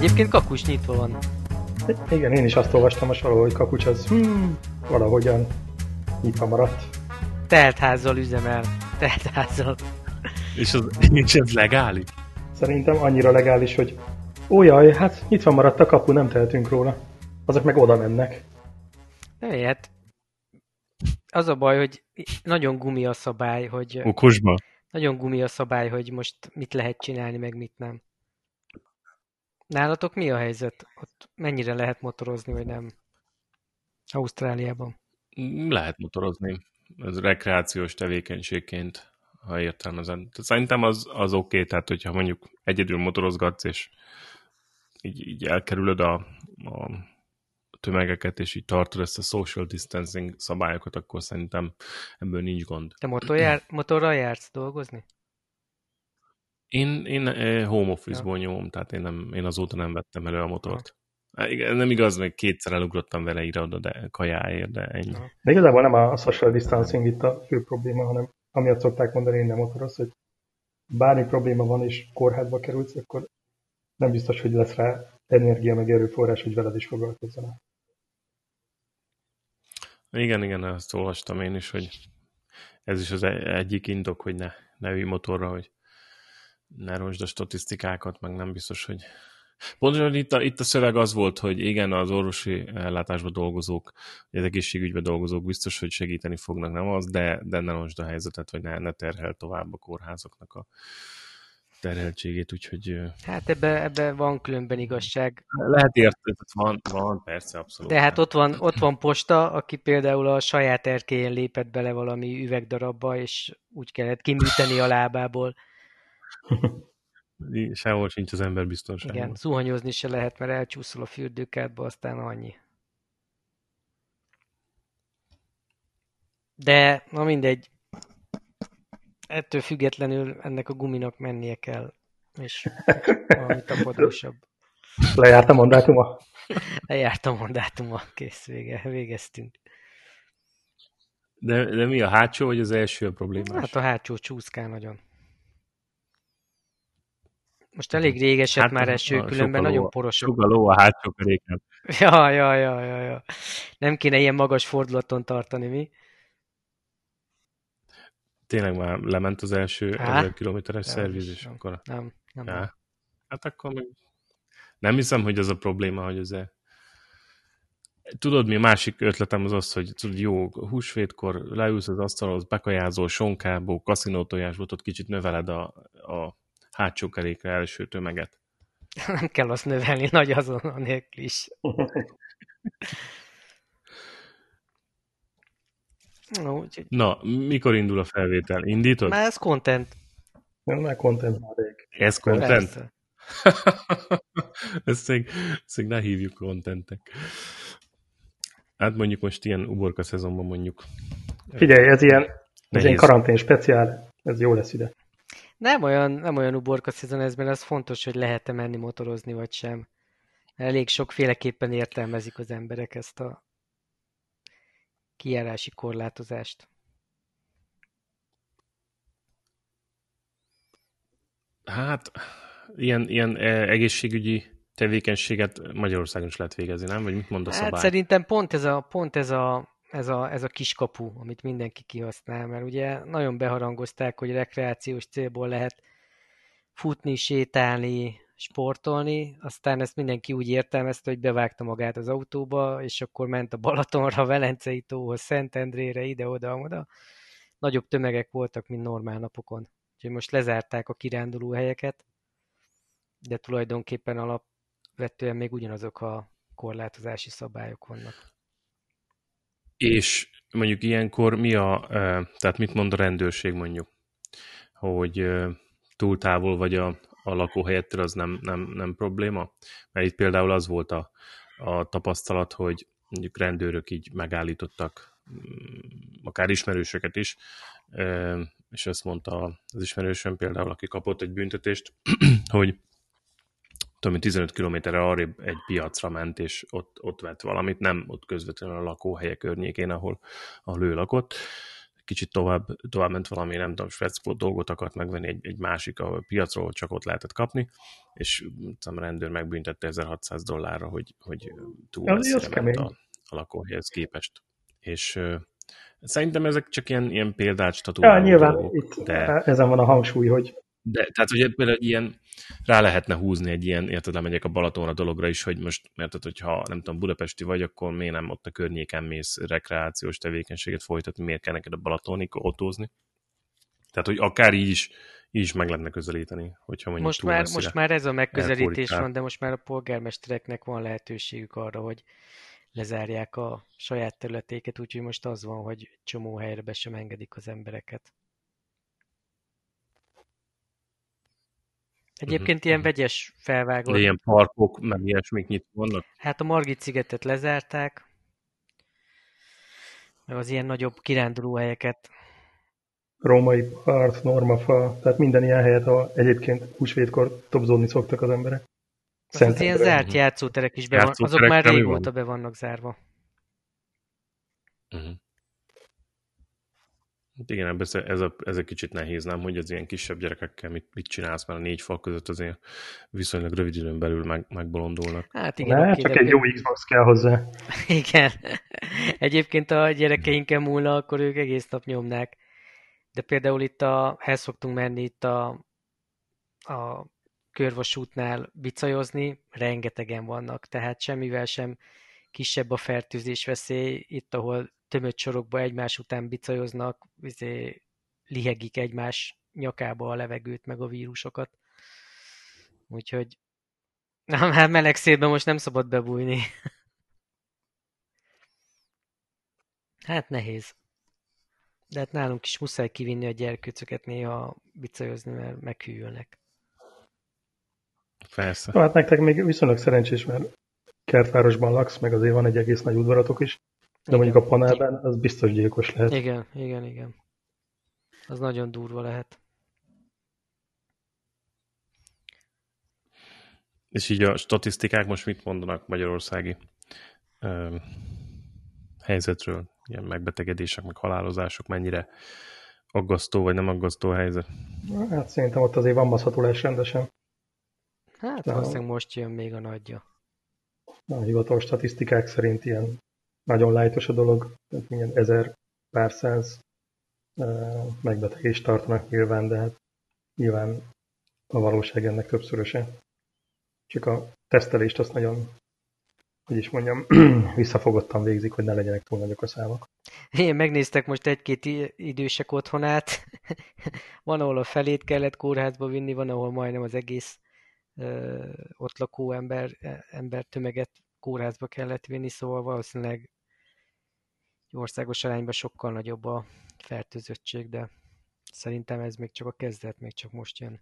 Egyébként Kakucs nyitva van. Igen, én is azt olvastam most valahol, hogy Kakucs az valahogyan nyitva maradt. Teltházzal üzemel. Teltházzal. És ez legális? Szerintem annyira legális, hogy jaj, hát nyitva maradt a kapu, nem tehetünk róla. Azok meg oda mennek. Hát az a baj, hogy nagyon gumi a szabály, hogy... Okosba? Nagyon gumi a szabály, hogy most mit lehet csinálni, meg mit nem. Nálatok mi a helyzet? Ott mennyire lehet motorozni, vagy nem? Ausztráliában. Lehet motorozni. Ez rekreációs tevékenységként, ha értelmezem. Szerintem az oké, tehát hogyha mondjuk egyedül motorozgatsz, és így elkerülöd a tömegeket, és így tartod ezt a social distancing szabályokat, akkor szerintem ebből nincs gond. Te motorral jársz dolgozni? Én home office-ból nyomom, tehát én azóta nem vettem elő a motort. Nem igaz, még kétszer elugrottam vele ide-oda, de kajáért, de ennyi. De igazából nem a social distancing itt a fő probléma, hanem amiatt szokták mondani, én nem motoroz, hogy bármi probléma van és kórházba kerülsz, akkor nem biztos, hogy lesz rá energia meg erőforrás, hogy veled is foglalkozzanak. Igen, ezt olvastam én is, hogy ez is az egyik indok, hogy ne ülj motorra, hogy ne rosd a statisztikákat, meg nem biztos, hogy... Pontosan itt a szöveg az volt, hogy igen, az orvosi ellátásban dolgozók, az egészségügyben dolgozók biztos, hogy segíteni fognak, nem az, de ne rosd a helyzetet, hogy ne terhel tovább a kórházaknak a terheltségét, úgyhogy... Hát ebbe van különben igazság. Lehet érteni, van, persze, abszolút. De hát ott van Posta, aki például a saját erkélyen lépett bele valami üvegdarabba, és úgy kellett kiműteni a lábából. Sehol sincs az ember biztonságban. Igen, zuhanyozni se lehet, mert elcsúszol a fürdőkádba, aztán annyi. De, na mindegy, ettől függetlenül ennek a guminak mennie kell, és valami tapadósabb. Lejárt a mandátuma? Lejárt a mandátuma, kész, végeztünk. De mi a hátsó, vagy az első a problémás? Hát a hátsó csúszkál nagyon. Most elég rég esett már eső, különben nagyon porosok. Sugaló a hátsó keréken. Ja. Nem kéne ilyen magas fordulaton tartani, mi? Tényleg már lement az első 1000 kilométeres szervizis? Akkor... Nem. Ja. Hát akkor meg... Nem hiszem, hogy az a probléma, hogy ez... Tudod, mi a másik ötletem az, hogy tudod, jó, húsvétkor leülsz az asztalhoz, bekajázol, sonkából, kaszinótojásból, ott kicsit növeled a hátsó kerékre első tömeget. Nem kell azt növelni, nagy azon a nélkül is. Na, mikor indul a felvétel? Indítod? Már ez content. Már content már rég. Ez content? Ezt még ne hívjuk contentnek. Hát mondjuk most ilyen uborka szezonban mondjuk. Figyelj, ez ilyen karantén speciál, ez jó lesz ide. Nem olyan uborka szezon ez, mert az fontos, hogy lehet-e menni motorozni, vagy sem. Elég sokféleképpen értelmezik az emberek ezt a kijárási korlátozást. Hát, ilyen egészségügyi tevékenységet Magyarországon is lehet végezni, nem? Vagy mit mond a szabály? Hát szerintem pont ez a kiskapu, amit mindenki kihasznál, mert ugye nagyon beharangozták, hogy rekreációs célból lehet futni, sétálni, sportolni, aztán ezt mindenki úgy értelmezte, hogy bevágta magát az autóba, és akkor ment a Balatonra, Velencei tóhoz, Szentendrére, ide-oda-oda. Nagyobb tömegek voltak, mint normál napokon. Úgyhogy most lezárták a kiránduló helyeket, de tulajdonképpen alapvetően még ugyanazok a korlátozási szabályok vannak. És mondjuk ilyenkor tehát mit mond a rendőrség mondjuk? Hogy túl távol vagy a lakóhelyettől, az nem probléma? Mert itt például az volt a tapasztalat, hogy mondjuk rendőrök így megállítottak akár ismerősöket is, és azt mondta az ismerősöm például, aki kapott egy büntetést, hogy 15 kilométerre arrébb egy piacra ment, és ott vett valamit, nem ott közvetlenül a lakóhelye környékén, ahol ő lakott. kicsit tovább ment valami, nem tudom, Svetsport dolgot akart megvenni egy másik a piacról, csak ott lehetett kapni, és a rendőr megbüntette $1600, hogy túl Az messzire ment kemény. a lakóhelyhez képest. És szerintem ezek csak ilyen példát Ja, statuáló nyilván dolgok, itt de ezen van a hangsúly, hogy tehát, hogy például ilyen, rá lehetne húzni egy ilyen, érted, lemegyek a Balatonra dologra is, hogy most, érted, hogyha nem tudom, budapesti vagy, akkor miért nem ott a környéken mész rekreációs tevékenységet folytatni, miért kell neked a Balatonig autózni? Tehát, hogy akár így is meg lehetne közelíteni, hogyha mondjuk túl Most messzire már ez a megközelítés elfordítják. van, de most már a polgármestereknek van lehetőségük arra, hogy lezárják a saját területéket, úgyhogy most az van, hogy csomó helyre be sem engedik az embereket. Egyébként ilyen vegyes De felvágott. ilyen parkok, meg ilyesmik nyitva vannak? Hát a Margit szigetet lezárták, meg az ilyen nagyobb kirándulóhelyeket. római part, normafa, tehát minden ilyen helyet, ahol egyébként húsvétkor topzódni szoktak az emberek. Az ilyen Szentendre. zárt játszóterek is be van, azok Játszóterekre már mi régóta van? be vannak zárva. Igen, ez egy kicsit nehéz, nem, hogy az ilyen kisebb gyerekekkel mit csinálsz, mert a 4 fal között azért viszonylag rövid időn belül megbolondulnak. Hát igen, Ne, oké, csak de egy jó Xbox kell hozzá. igen. Egyébként a gyerekeinkkel múlna, akkor ők egész nap nyomnák. De például itt el szoktunk menni itt a körvasútnál bicajozni, rengetegen vannak, tehát semmivel sem kisebb a fertőzés veszély, itt, ahol tömött sorokba egymás után bicajoznak, lihegik egymás nyakába a levegőt, meg a vírusokat. Úgyhogy hát meleg szélben most nem szabad bebújni. Hát nehéz. De hát nálunk is muszáj kivinni a gyerkőcöket néha bicajozni, mert meghűlnek. Persze. Hát nektek még viszonylag szerencsés, mert kertvárosban laksz, meg azért van egy egész nagy udvaratok is, de mondjuk a panelben az biztos gyilkos lehet. Igen. Az nagyon durva lehet. És így a statisztikák most mit mondanak magyarországi helyzetről? Ilyen megbetegedések, meg halálozások, mennyire aggasztó vagy nem aggasztó a helyzet? Hát szerintem ott azért van maszhatolás rendesen. Hát De valószínűleg most jön még a nagyja. a hivatalos statisztikák szerint ilyen nagyon lájtos a dolog, tehát ilyen 1000 pár száz megbetegést tartanak nyilván, de hát nyilván a valóság ennek többszöröse. Csak a tesztelést azt nagyon, hogy is mondjam, visszafogottan végzik, hogy ne legyenek túl nagyok a számok. Én megnéztek most egy-két idősek otthonát. Van, ahol a felét kellett kórházba vinni, van, ahol majdnem az egész ott lakó ember tömeget kórházba kellett vinni, szóval valószínűleg országos arányban sokkal nagyobb a fertőzöttség, de szerintem ez még csak a kezdet, még csak most jön.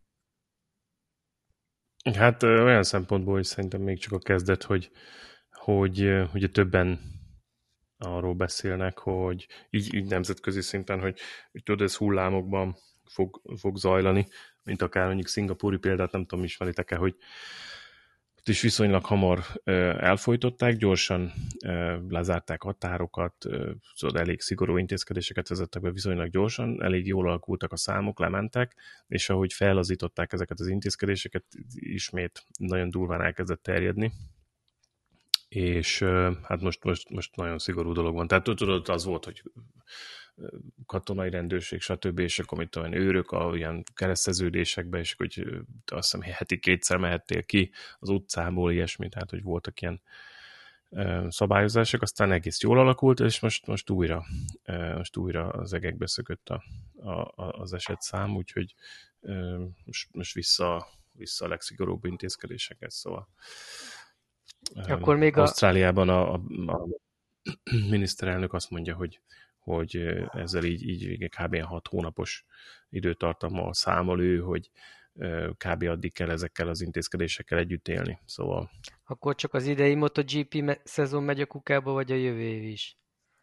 Hát olyan szempontból is szerintem még csak a kezdet, hogy ugye többen arról beszélnek, hogy így nemzetközi szinten, hogy tudod, ez hullámokban fog zajlani, mint akár mondjuk szingapúri példát, nem tudom, ismeritek-e, hogy ott is viszonylag hamar elfojtották, gyorsan lezárták határokat, szóval elég szigorú intézkedéseket vezettek be viszonylag gyorsan, elég jól alakultak a számok, lementek, és ahogy fellazították ezeket az intézkedéseket, ismét nagyon durván elkezdett terjedni, és hát most nagyon szigorú dolog van. Tehát tudod, az volt, hogy katonai rendőrség, stb. És akkor mit tudom, őrök ilyen kereszteződésekbe, és hogy azt hiszem heti 2-szer mehettél ki az utcából, ilyesmi, tehát hogy voltak ilyen szabályozások, aztán egész jól alakult, és most újra az egekbe szökött az esetszám, úgyhogy most vissza a legszigorúbb intézkedéseket, szóval Akkor még Ausztráliában a miniszterelnök azt mondja, hogy ezzel így kb. 6 hónapos időtartammal számol ő, hogy kb. Addig kell ezekkel az intézkedésekkel együtt élni. Szóval... Akkor csak az idei MotoGP szezon megy a kukába, vagy a jövő év is?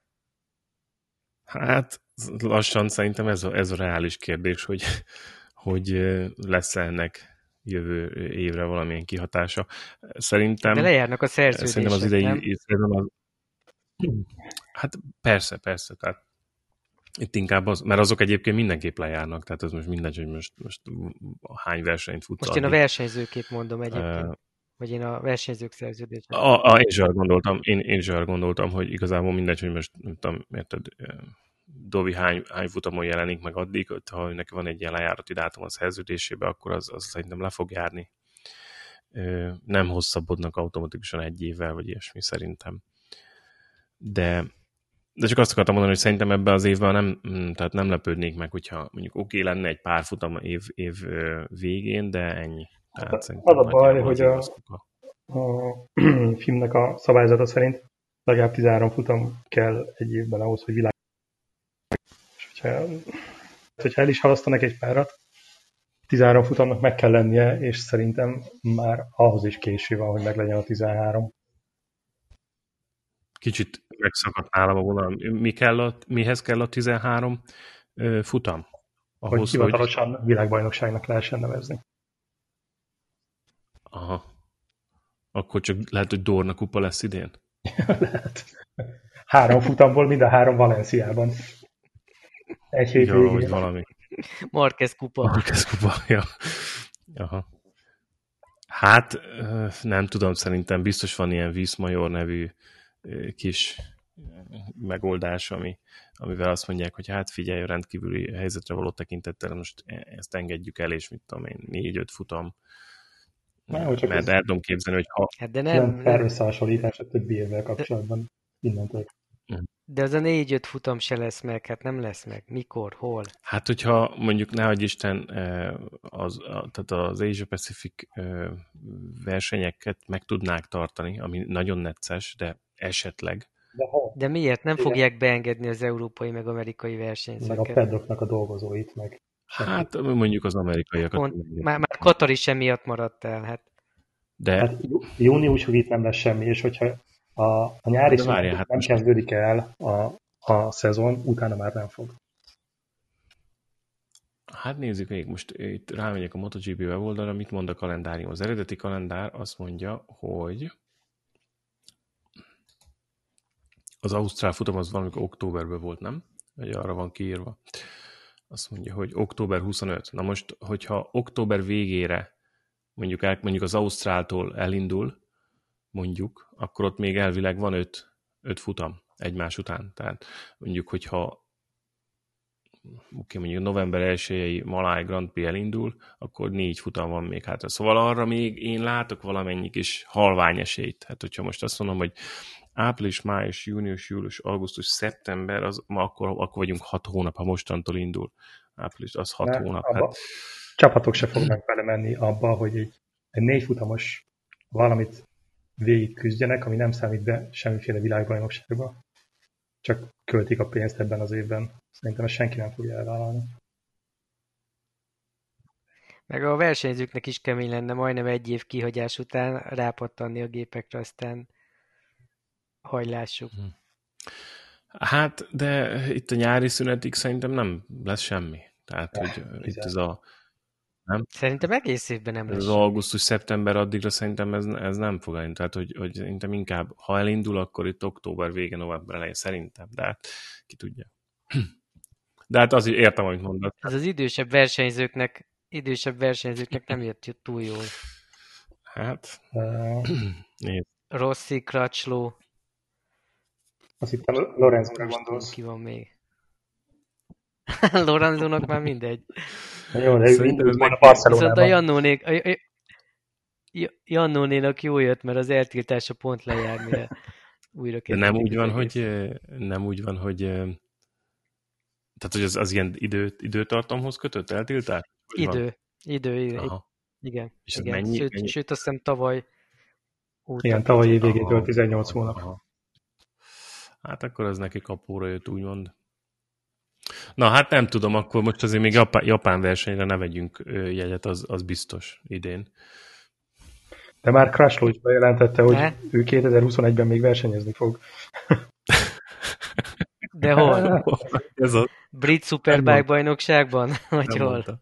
Hát lassan szerintem ez a reális kérdés, hogy lesz ennek jövő évre valamilyen kihatása. Szerintem... De lejárnak a szerződések, szerintem az idei szezon az... Hát persze, tehát Itt inkább az, mert azok egyébként mindenképp lejárnak, tehát az most mindegy, hogy most hány versenyt futsz Most én a addig. versenyzőkét mondom egyébként. Vagy én a versenyzők szerződését. Én is arra gondoltam, én is arra gondoltam, hogy igazából mindegy, hogy most, nem tudom, érted, Dovi hány futamon jelenik meg addig, ha neki van egy ilyen lejárati dátum a szerződésébe, akkor az szerintem le fog járni. Nem hosszabbodnak automatikusan egy évvel, vagy ilyesmi szerintem. De csak azt akartam mondani, hogy szerintem ebben az évben tehát nem lepődnék meg, hogyha mondjuk oké, lenne egy pár futam év végén, de ennyi. Tehát az a baj, hogy a filmnek a szabályzata szerint legalább 13 futam kell egy évben ahhoz, hogy világ. És hogyha el is halasztanak egy párat, 13 futamnak meg kell lennie, és szerintem már ahhoz is késő van, hogy meglegyen a 13. Kicsit megszakadt nálam a vonal. Mihez kell a 13 futam? Ahhoz, hogy hivatalosan világbajnokságnak lehessen nevezni. Aha. Akkor csak lehet, hogy Dorna kupa lesz idén? Lehet. 3 futamból mind a 3 Valenciában. Egy hét végén. Valami. Marquez kupa, ja. Aha. Hát nem tudom, szerintem biztos van ilyen Viszmajor nevű kis megoldás, amivel azt mondják, hogy hát figyelj, a rendkívüli helyzetre való tekintettel most ezt engedjük el, és mit tudom én, 4-5 futam. Mert el tudom képzelni, hogy ha... Hát de nem összehasonlítás a többi évvel kapcsolatban innentől. De az a 4-5 futam se lesz meg, hát nem lesz meg. Mikor, hol? Hát, hogyha mondjuk, nehogy Isten, tehát az Asia Pacific versenyeket meg tudnák tartani, ami nagyon necces, de esetleg. De miért? Nem fogják beengedni az európai meg amerikai versenyzőket. Meg a pedoknak a dolgozóit meg. Hát mondjuk az amerikaiakat. Már Katar is emiatt maradt el. Hát júniusig itt nem lesz semmi, és hogyha a nyári szünet nem kezdődik el a szezon, utána már nem fog. Hát nézzük még, most itt rámegyek a MotoGP weboldalra, mit mond a kalendárium. Az eredeti kalendár azt mondja, hogy az ausztrál futam az valamikor októberben volt, nem? Vagy arra van kiírva. Azt mondja, hogy október 25. Na most, hogyha október végére mondjuk az ausztráltól elindul, mondjuk, akkor ott még elvileg van 5 futam egymás után. Tehát mondjuk, hogyha mondjuk november 1-i Maláj Grand Prix elindul, akkor 4 futam van még hátra. Szóval arra még én látok valamennyi kis halvány esélyt. Hát, hogyha most azt mondom, hogy április, május, június, július, augusztus, szeptember, akkor vagyunk 6 hónap, ha mostantól indul. Április, az 6 hónap. Hát... Csapatok se fognak belemenni abba, hogy egy 4 futamos valamit végig küzdjenek, ami nem számít be semmiféle világbajnokságba. Csak költik a pénzt ebben az évben. Szerintem ezt senki nem fogja elvállalni. Meg a versenyzőknek is kemény lenne majdnem egy év kihagyás után rápattanni a gépekre, aztán hajlássuk. Hát, de itt a nyári szünetig szerintem nem lesz semmi. Tehát, hogy itt ez a... Nem? Szerintem egész évben nem lesz. Az augusztus-szeptember addigra szerintem ez nem fog elindulni. Tehát, hogy szerintem inkább, ha elindul, akkor itt október vége, november elején szerintem. De hát ki tudja. De hát azért értem, amit mondod. Ez az idősebb versenyzőknek nem jött túl jól. Hát... Rossi, Crutchlow. Azt hittem Lorenzóra gondolsz. Ki van még? Lorenzónak már mindegy. Jó, de a Barcelonában. Viszont a Jannónénak jó jött, mert az eltiltása pont lejár, mire újra kezdődik. De nem úgy van, hogy tehát, hogy az ilyen időtartamhoz kötött eltiltás? Idő. Igen. És igen. Mennyi? Sőt, azt hiszem tavaly óta. Igen, tavalyi végétől 18 hónap. Aha. Hát akkor az neki kapóra jött, úgymond. Na, hát nem tudom, akkor most azért még japán versenyre ne vegyünk jegyet, az biztos idén. De már Crutchlow is bejelentette, hogy ő 2021-ben még versenyezni fog. De hol? Brit Superbike bajnokságban? Vagy hol?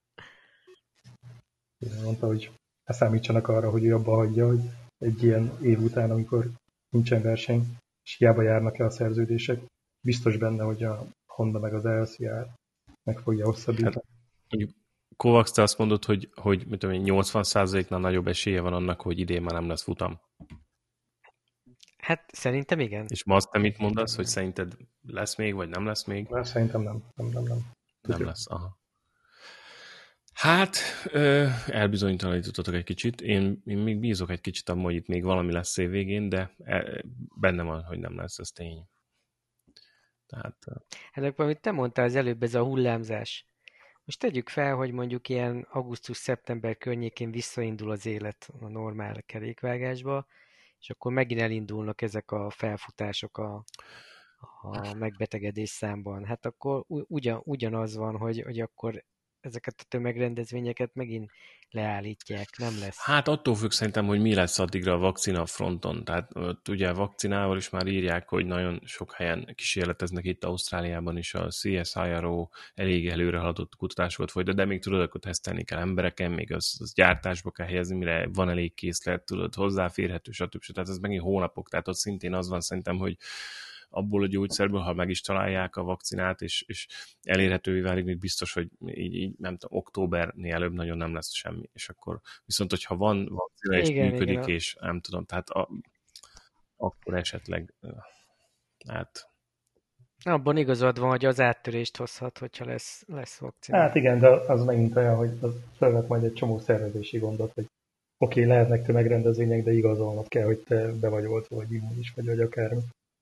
Mondta, hogy ne számítsanak arra, hogy ő abba hagyja, hogy egy ilyen év után, amikor nincsen verseny, és hiába járnak el a szerződések, biztos benne, hogy a Honda meg az LCR meg fogja hosszabbítani. Hát, mondjuk Kovacs, te azt mondod, hogy mit tudom én, 80%-nál nagyobb esélye van annak, hogy idén már nem lesz futam. Hát szerintem igen. És ma azt te mit mondasz, hogy szerinted lesz még, vagy nem lesz még? Mert szerintem nem. Nem lesz, aha. Hát, elbizonytalanítottatok egy kicsit. Én még bízok egy kicsit abban, hogy itt még valami lesz év végén, de benne van, hogy nem lesz, ez tény. Tehát... Hát akkor, amit te mondtál az előbb, ez a hullámzás. Most tegyük fel, hogy mondjuk ilyen augusztus-szeptember környékén visszaindul az élet a normál kerékvágásba, és akkor megint elindulnak ezek a felfutások a megbetegedés számban. Hát akkor ugyanaz van, hogy akkor ezeket a tömegrendezvényeket megint leállítják, nem lesz. Hát attól függ szerintem, hogy mi lesz addigra a vakcina fronton. Tehát ugye a vakcinával is már írják, hogy nagyon sok helyen kísérleteznek itt Ausztráliában is, a CSIRO elég előre haladott kutatásokat folytat, de még tudod, akkor tesztelni kell embereken, még az gyártásba kell helyezni, mire van elég készlet, tudod, hozzáférhető, stb. Tehát ez megint hónapok, tehát ott szintén az van szerintem, hogy abból a gyógyszerből, ha meg is találják a vakcinát, és elérhetővé válik, még biztos, hogy így nem tudom, októbernél előbb nagyon nem lesz semmi. És akkor viszont, hogyha van vakcina és működik, igen. És nem tudom, tehát akkor esetleg hát... Abban igazad van, hogy az áttörést hozhat, hogyha lesz vakcina. Hát igen, de az megint olyan, hogy az felvet majd egy csomó szervezési gondot, hogy oké, lehetnek tömegrendezvények, de igazolnod kell, hogy te be vagy oltva, vagy immunis vagy akármi.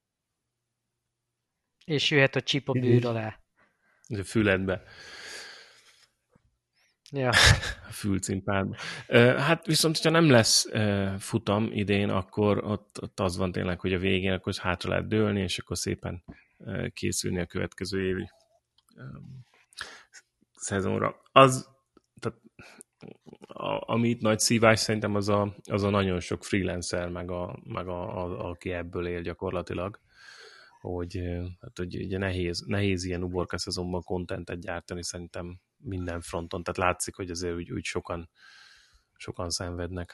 És jöhet a csip a bőr alá. A füledbe. Ja. A fülcimpádba. Hát viszont, hogyha nem lesz futam idén, akkor ott az van tényleg, hogy a végén akkor hátra lehet dőlni, és akkor szépen készülni a következő évi szezonra. Tehát, ami itt nagy szívás szerintem az a nagyon sok freelancer, meg aki ebből él gyakorlatilag, hogy ugye nehéz ilyen uborka szezonban contentet gyártani szerintem minden fronton, tehát látszik, hogy azért úgy sokan szenvednek.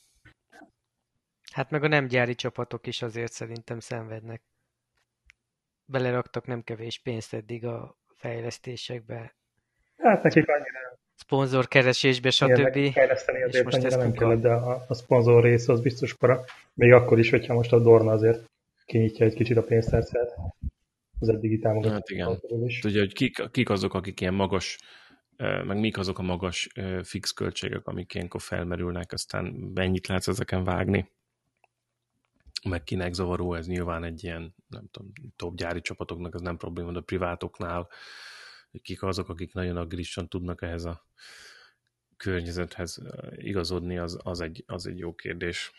Hát meg a nem gyári csapatok is azért szerintem szenvednek. Beleraktak nem kevés pénzt eddig a fejlesztésekbe. Hát nekik annyira... Szponzorkeresésbe, stb. Fejleszteni azért most annyira nem kellett, de a szponzor rész az biztos para. Még akkor is, hogyha most a Dorna azért kinyitja egy kicsit a pénztárcát az eddigi támogatások. Hát igen. Tudja, hogy kik azok, akik ilyen magas, meg mik azok a magas fix költségek, amik ilyenkor felmerülnek, aztán mennyit lehet ezeken vágni. Meg kinek zavaró, ez nyilván egy ilyen, nem tudom, top gyári csapatoknak ez nem probléma, de a privátoknál, kik azok, akik nagyon agrisan tudnak ehhez a környezethez igazodni, az egy jó kérdés.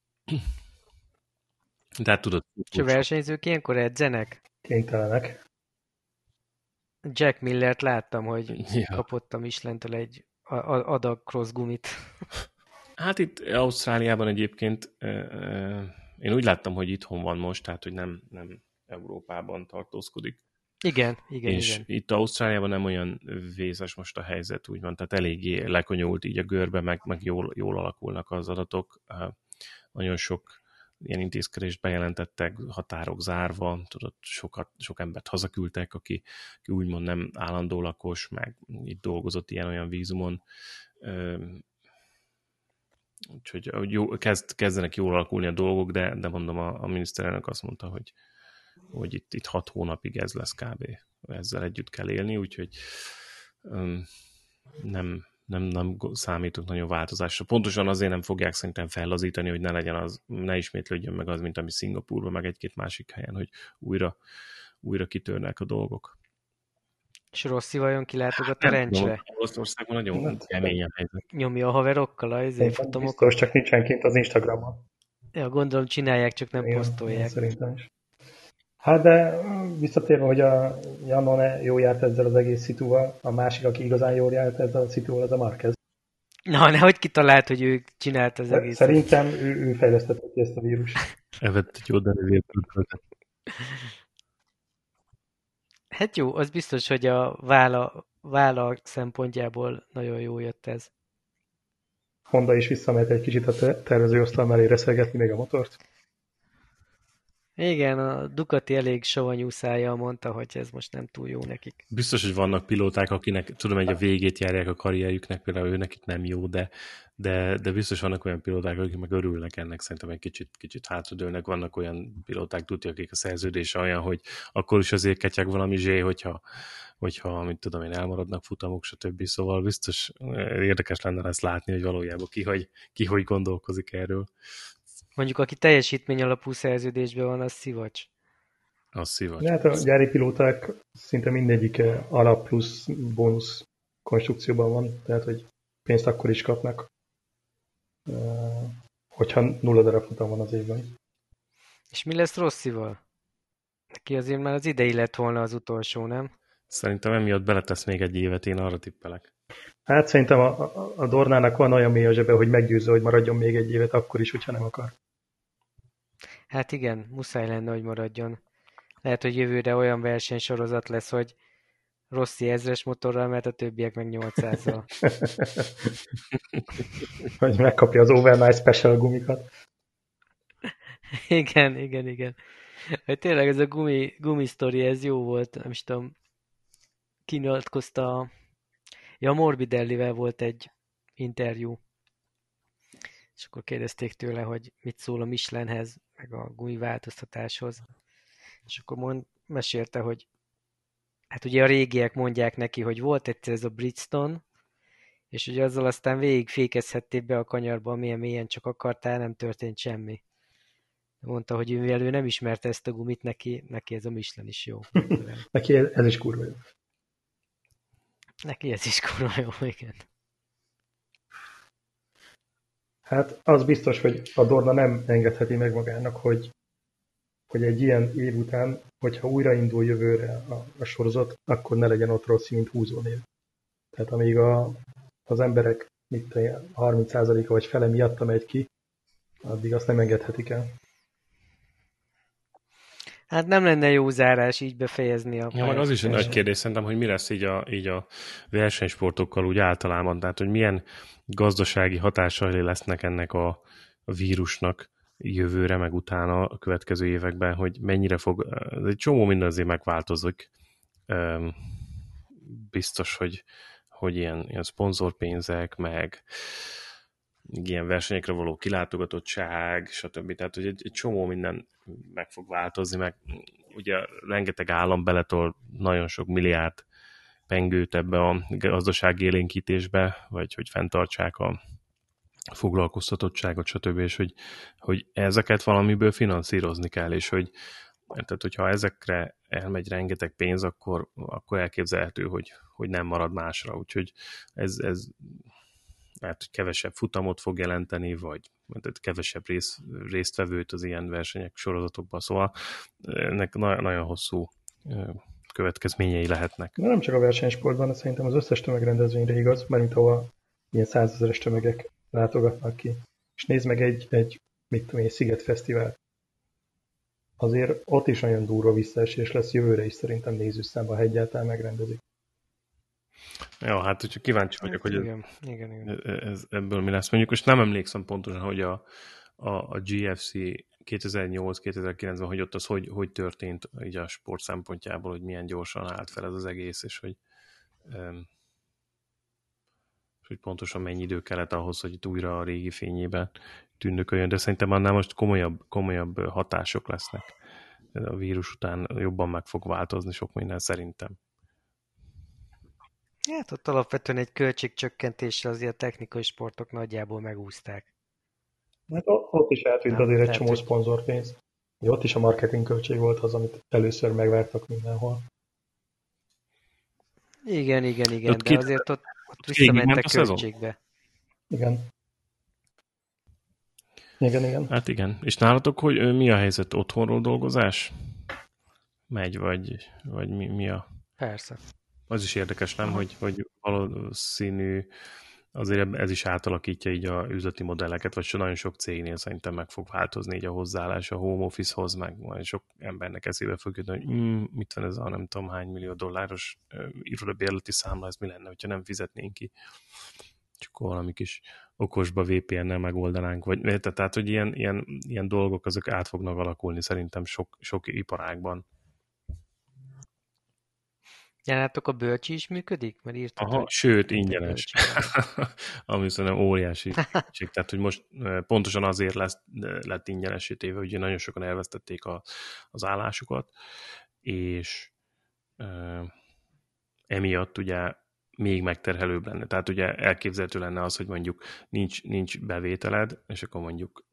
Tehát tudod... És a versenyzők ilyenkor edzenek? Kénytelenek. Jack Millert láttam, hogy kapott a Michelin-től egy adag cross gumit. Hát itt Ausztráliában egyébként én úgy láttam, hogy itthon van most, tehát hogy nem Európában tartózkodik. Igen. És itt Ausztráliában nem olyan vészes most a helyzet, úgymond, tehát eléggé lekonyult így a görbe, meg jól alakulnak az adatok. Nagyon sok ilyen intézkedést bejelentettek, határok zárva, tudod, sok embert hazaküldtek, aki úgymond nem állandó lakos, meg itt dolgozott ilyen-olyan vízumon. Úgyhogy kezdenek jól alakulni a dolgok, de mondom, a miniszterelnök azt mondta, hogy itt 6 hónapig ez lesz kb. Ezzel együtt kell élni, úgyhogy nem számítok nagyon változásra. Pontosan azért nem fogják szerintem fellazítani, hogy ne ismétlődjön meg az, mint ami Szingapúrban, meg egy-két másik helyen, hogy újra kitörnek a dolgok. És Rossi vajon kilátogat a rencsre? Olaszországban nagyon kemény a helyzet. Nyomja a haverokkal a futamokat? Biztos, csak nincsen kint az Instagramon. Ja, gondolom csinálják, csak nem posztolják. Szerintem is. Hát de visszatérve, hogy a Janone jól járt ezzel az egész szitúval, a másik, aki igazán jól járt ezzel a szitúval, az a Márquez. Na, nehogy kitalált, hogy ő csinált az egészet. Szerintem ő fejlesztette ki ezt a vírust. Evett egy oda Hát jó, az biztos, hogy a vála szempontjából nagyon jó jött ez. Honda is visszamehet egy kicsit a tervezőasztal mellé reszelgetni még a motort. Igen, a Ducati elég savanyú szájjal mondta, hogy ez most nem túl jó nekik. Biztos, hogy vannak pilóták, akinek tudom, hogy a végét járják a karrierjüknek, például ő nekik nem jó, de biztos vannak olyan pilóták, akik meg örülnek ennek, szerintem egy kicsit hátradőlnek. Vannak olyan pilóták, tudja, akik a szerződése olyan, hogy akkor is azért ketyeg valami zsé, hogyha mit tudom én, elmaradnak futamok, stb. Szóval biztos érdekes lenne ezt látni, hogy valójában ki hogy gondolkozik erről. Mondjuk, aki teljesítmény alapú szerződésben van, az szivacs. Az szivacs. De hát a gyári pilóták szinte mindegyike alap plusz bónusz konstrukcióban van, tehát hogy pénzt akkor is kapnak, hogyha 0 darab futam van az évben. És mi lesz Rossival? Neki azért már az idei lett volna az utolsó, nem? Szerintem emiatt beletesz még egy évet, én arra tippelek. Hát szerintem a Dornának van olyan mély a zsebe, hogy meggyőzze, hogy maradjon még egy évet, akkor is, hogyha nem akar. Hát igen, muszáj lenne, hogy maradjon. Lehet, hogy jövőre olyan versenysorozat lesz, hogy Rossi 1000-es motorral, mert a többiek meg 800-zal. Hogy megkapja az Overnight Special gumikat. Igen. Hát tényleg ez a gumi sztori, ez jó volt. Nem is tudom, kinyilatkozta. Ja, Morbidellivel volt egy interjú, és akkor kérdezték tőle, hogy mit szól a Michelinhez, meg a gumi változtatáshoz. És akkor mesélte, hogy hát ugye a régiek mondják neki, hogy volt egyszer ez a Bridgestone, és ugye azzal aztán végig fékezhettél be a kanyarba, amilyen mélyen csak akartál, nem történt semmi. Mondta, hogy mivel ő nem ismerte ezt a gumit, neki ez a Michelin is jó. Neki ez is kurva jó. Neki ez is kurva jó, igen. Hát az biztos, hogy a Dorna nem engedheti meg magának, hogy egy ilyen év után, hogyha újraindul jövőre a sorozat, akkor ne legyen ott Rossi, mint húzónév. Tehát amíg az emberek 30%-a vagy fele miatta megy ki, addig azt nem engedhetik el. Hát nem lenne jó zárás így befejezni a Ja, meg az is egy nagy kérdés szerintem, hogy mi lesz így a versenysportokkal úgy általában, tehát hogy milyen gazdasági hatásai lesznek ennek a vírusnak jövőre, meg utána a következő években, hogy mennyire fog, egy csomó minden azért megváltozik. Biztos, hogy ilyen szponzorpénzek, meg ilyen versenyekre való kilátogatottság, stb. Tehát, hogy egy csomó minden meg fog változni, meg ugye rengeteg állam beletol nagyon sok milliárd pengőt ebbe a gazdasági élénkítésbe, vagy hogy fenntartsák a foglalkoztatottságot, stb. És hogy ezeket valamiből finanszírozni kell, és tehát, hogyha ezekre elmegy rengeteg pénz, akkor elképzelhető, hogy nem marad másra. Úgyhogy ez lehet, hogy kevesebb futamot fog jelenteni, vagy kevesebb résztvevőt az ilyen versenyek, sorozatokban. Szóval ennek nagyon hosszú következményei lehetnek. De nem csak a versenysportban, de szerintem az összes tömegrendezvényre igaz, mert ahol ilyen 100 000-es tömegek látogatnak ki. És nézd meg egy mit tudom én, Szigetfesztivál. Azért ott is nagyon durva visszaesés lesz jövőre is szerintem nézőszámban, ha egyáltalán megrendezik. Jó, hát hogyha kíváncsi vagyok, hogy igen. ebből mi lesz. Mondjuk most nem emlékszem pontosan, hogy a GFC 2008-2009-ben, hogy ott az hogy történt így a sport szempontjából, hogy milyen gyorsan állt fel ez az egész, és hogy pontosan mennyi idő kellett ahhoz, hogy itt újra a régi fényébe tündököljön, de szerintem annál most komolyabb hatások lesznek. A vírus után jobban meg fog változni sok minden szerintem. Hát ott alapvetően egy költségcsökkentéssel azért a technikai sportok nagyjából megúzták. Hát ott is eltűnt azért egy csomó szponzorpénz. Ott is a marketing költség volt az, amit először megvártak mindenhol. Igen, de azért ott visszament a költségbe. Igen. Hát igen. És nálatok, hogy mi a helyzet? Otthonról dolgozás? Megy, vagy mi a... Persze. Az is érdekes, nem? Hogy valószínű azért ez is átalakítja így a üzleti modelleket, vagy nagyon sok cégnél szerintem meg fog változni így a hozzáállás a home office-hoz, meg nagyon sok embernek eszébe fog jutni, hogy mit van ez a nem tudom hány millió dolláros irodabérleti számla, ez mi lenne, hogyha nem fizetnénk ki. csak akkor valami kis okosba VPN-nel megoldanánk, vagy tehát, hogy ilyen dolgok azok át fognak alakulni szerintem sok iparágban. Nálatok a bölcsi is működik? Mert írtad, Aha, hogy sőt, te ingyenes. bölcsi vagy. Ami szerintem óriási segítség. Tehát, hogy most pontosan azért lett ingyenesé téve, hogy nagyon sokan elvesztették az állásukat, és emiatt ugye még megterhelőbb lenne. Tehát ugye elképzelhető lenne az, hogy mondjuk nincs bevételed, és akkor mondjuk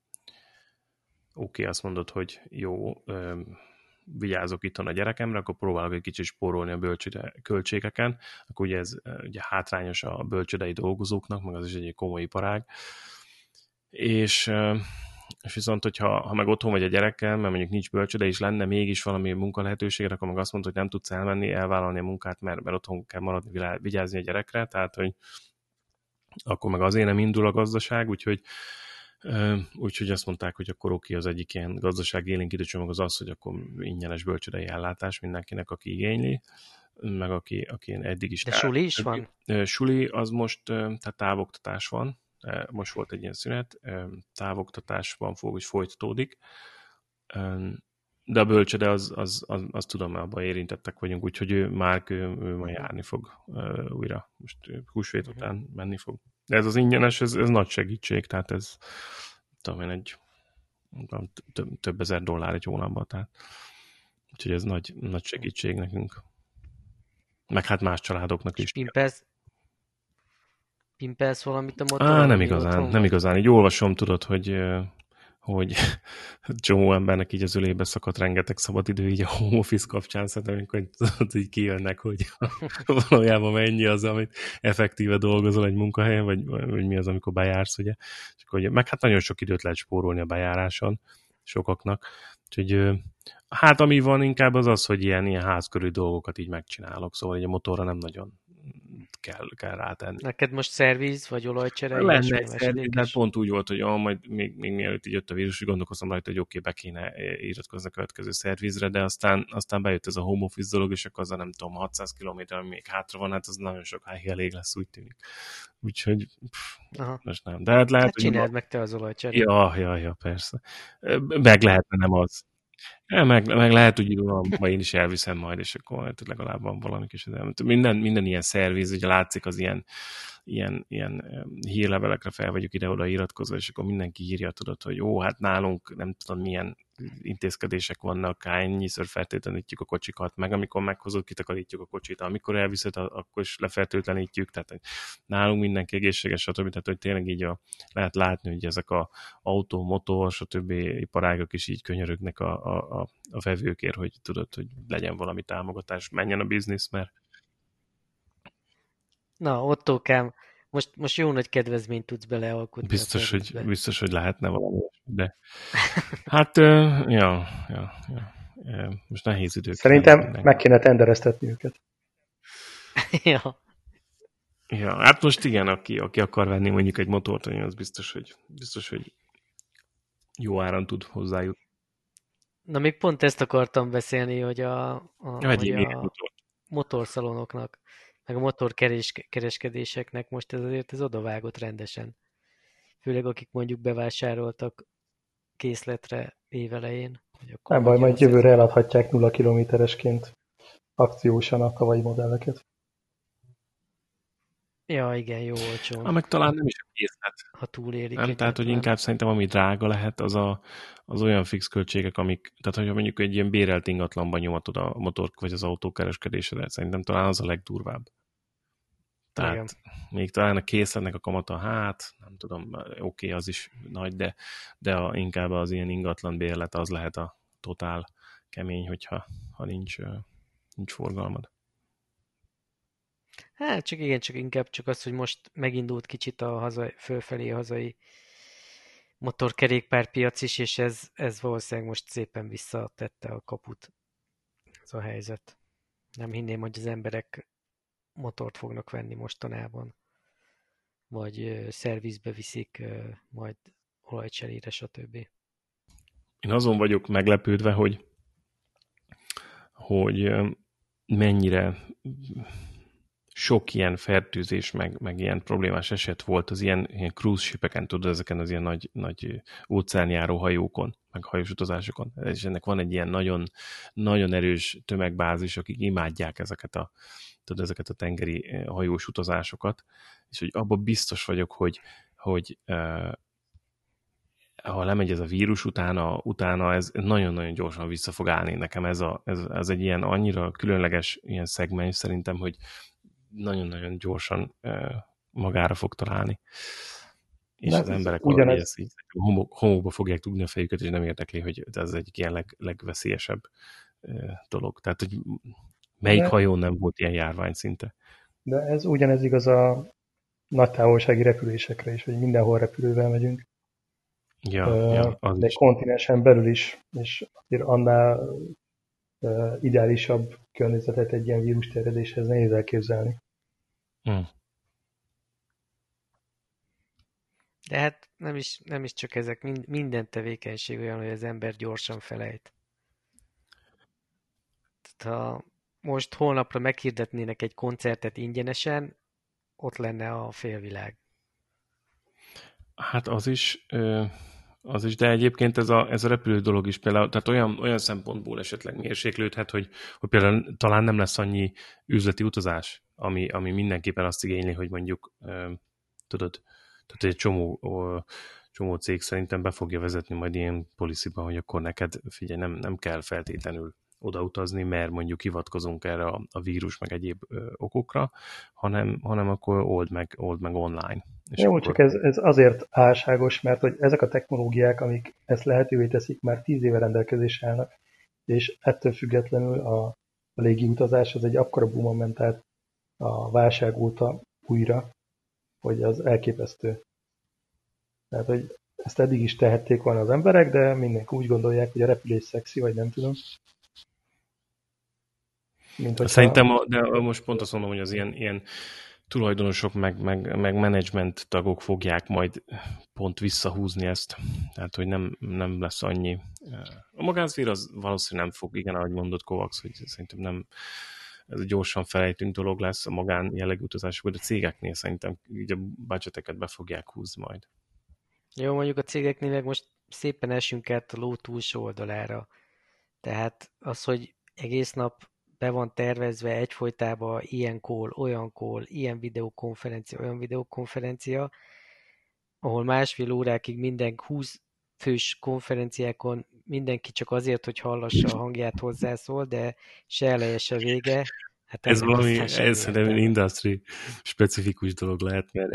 oké, azt mondod, hogy jó, vigyázok itthon a gyerekemre, akkor próbálok egy kicsit spórolni a bölcsőde költségeken, akkor ugye ez ugye hátrányos a bölcsődei dolgozóknak, meg az is egy komoly iparág. És viszont, hogyha meg otthon vagy a gyerekkel, mert mondjuk nincs bölcsőde, és lenne mégis valami munkalehetőséged, akkor meg azt mondod, hogy nem tudsz elmenni, elvállalni a munkát, mert otthon kell maradni, vigyázni a gyerekre, tehát, hogy akkor meg azért nem indul a gazdaság, úgyhogy azt mondták, hogy akkor oké, az egyik ilyen gazdaság élénkítő csomag az, hogy akkor ingyenes bölcsődei ellátás mindenkinek, aki igényli, meg aki eddig is... De suli is van? Suli az most, tehát távoktatás van, most volt egy ilyen szünet, távoktatásban is folytatódik, de a bölcsöde az tudom, abban érintettek vagyunk, úgyhogy ő már járni fog újra. Most húsvét után menni fog. De ez az ingyenes, ez nagy segítség, tehát ez tudom én több ezer dollár egy hónapban, tehát úgyhogy ez nagy segítség nekünk. Meg hát más családoknak is. Pimpelsz valamit a motoron? Nem igazán. Így olvasom, tudod, hogy csomó embernek így az ölébe szakadt rengeteg szabadidő így a home office kapcsán, szerintem, amikor tudod, így kijönnek, hogy valójában mennyi az, amit effektíve dolgozol egy munkahelyen, vagy mi az, amikor bejársz, ugye. És akkor, meg hát nagyon sok időt lehet spórolni a bejáráson sokaknak. Úgyhogy hát ami van inkább az, hogy ilyen házkörű dolgokat így megcsinálok, szóval így a motorra nem nagyon kell rátenni. Neked most szerviz, vagy olajcsere? Lenne egy szerviz, de pont úgy volt, hogy majd még mielőtt így jött a vírus, gondolkoztam rajta, hogy oké, be kéne iratkozni a következő szervizre, de aztán bejött ez a home office dolog, és akkor az a nem tudom, 600 km, ami még hátra van, hát az nagyon sokáig elég lesz, úgy tűnik. Úgyhogy most nem. De hát lehet, hát csináld meg te az olajcserét. Ja, persze. Meg lehetne nem az. Meg lehet, hogy ma én is elviszem majd, és akkor majd legalább van valami kis. Minden ilyen szerviz, ugye látszik az ilyen hírlevelekre fel vagyok ide-oda iratkozva, és akkor mindenki írja, tudod, hogy jó, hát nálunk nem tudom milyen intézkedések vannak, ennyiszor feltétlenítjük a kocsikat, meg amikor meghozod, kitakarítjuk a kocsit, amikor elviszed, akkor is lefertőtlenítjük, tehát nálunk mindenki egészséges, stb. Tehát, hogy tényleg így lehet látni, hogy ezek a autó, motor, stb. Iparágok is így könyörögnek a vevőkért, hogy tudod, hogy legyen valami támogatás, menjen a biznisz, mert na, Ottókám, most jó nagy kedvezményt tudsz belealkotni. Biztos, hogy lehetne valami, de hát, ja. Most nehéz idők. Szerintem meg kéne tendereztetni őket. Ja. Hát most igen, aki akar venni mondjuk egy motort, az biztos, hogy jó áron tud hozzájutni. Na, még pont ezt akartam beszélni, hogy a motorszalonoknak, meg a motorkereskedéseknek most ez odavágott rendesen. Főleg akik mondjuk bevásároltak készletre évelején. Nem baj, majd jövőre eladhatják 0 kilométeresként akciósan a tavalyi modelleket. Ja, igen, jó olcsón. Meg talán nem is a készlet. Ha túlérik. Nem, tehát, hogy inkább szerintem ami drága lehet, az olyan fix költségek, amik, tehát hogyha mondjuk egy ilyen bérelt ingatlanban nyomatod a motor vagy az autókereskedésedet, szerintem talán az a legdurvább. Tehát igen. Még talán a készletnek a kamata, hát nem tudom, oké, az is nagy, de inkább az ilyen ingatlan bérlet az lehet a totál kemény, hogyha nincs forgalmad. Hát csak inkább az, hogy most megindult kicsit fölfelé a hazai motorkerékpárpiac is, és ez valószínűleg most szépen visszatette a kaput, ez a helyzet. Nem hinném, hogy az emberek motort fognak venni mostanában, vagy szervizbe viszik, majd olajcserére, stb. Én azon vagyok meglepődve, hogy mennyire sok ilyen fertőzés, meg ilyen problémás eset volt az ilyen cruise shipeken, tudod, ezeken az ilyen nagy óceánjáró hajókon, meg hajós utazásokon. És ennek van egy ilyen nagyon, nagyon erős tömegbázis, akik imádják ezeket a tengeri hajós utazásokat, és hogy abban biztos vagyok, hogy ha lemegy ez a vírus, utána ez nagyon-nagyon gyorsan vissza fog állni. Nekem ez egy ilyen annyira különleges ilyen szegmens szerintem, hogy nagyon-nagyon gyorsan magára fog találni. És az emberek ezt így homokba fogják tudni a fejüket, és nem érdekli, hogy ez egyik ilyen legveszélyesebb dolog. Tehát, hogy melyik hajón nem volt ilyen járvány szinte. De ez ugyanez igaz a nagy távolsági repülésekre is, hogy mindenhol repülővel megyünk. De kontinensen belül is, és azért annál ideálisabb környezetet egy ilyen vírus terjedéshez nehéz elképzelni. De hát nem is csak ezek, minden tevékenység olyan, hogy az ember gyorsan felejt. Tehát ha most holnapra meghirdetnének egy koncertet ingyenesen, ott lenne a félvilág. Hát az is, de egyébként ez a repülő dolog is például, tehát olyan szempontból esetleg mérséklődhet, hogy például talán nem lesz annyi üzleti utazás, ami mindenképpen azt igényli, hogy mondjuk, tudod, tehát egy csomó cég szerintem be fogja vezetni majd ilyen policyba, hogy akkor neked, figyelj, nem kell feltétlenül odautazni, mert mondjuk hivatkozunk erre a vírus meg egyéb okokra, hanem akkor old meg online. És jó, akkor... csak ez azért álságos, mert hogy ezek a technológiák, amik ezt lehetővé teszik, már 10 éve rendelkezésre állnak, és ettől függetlenül a légiutazás az egy akkora boomon ment át a válság óta újra, hogy az elképesztő. Tehát, hogy ezt eddig is tehették volna az emberek, de mindenki úgy gondolják, hogy a repülés szexi, vagy nem tudom. Szerintem, de most pont azt mondom, hogy az ilyen tulajdonosok meg menedzsment tagok fogják majd pont visszahúzni ezt. Tehát, hogy nem lesz annyi. A magánszféra az valószínűleg nem fog, igen, ahogy mondott Kovacs, hogy szerintem nem ez egy gyorsan felejtünk dolog lesz a magán jellegű utazásokban, de a cégeknél szerintem így a budgeteket be fogják húzni majd. Jó, mondjuk a cégeknél meg most szépen esünk át a ló túlsó oldalára. Tehát az, hogy egész nap be van tervezve egyfolytában ilyen call, olyan call, ilyen videokonferencia, olyan videokonferencia, ahol másfél órákig minden 20 fős konferenciákon mindenki csak azért, hogy hallassa a hangját hozzászól, de se eleje, se vége. Hát ez valami, ez szerintem industry specifikus dolog lehet, mert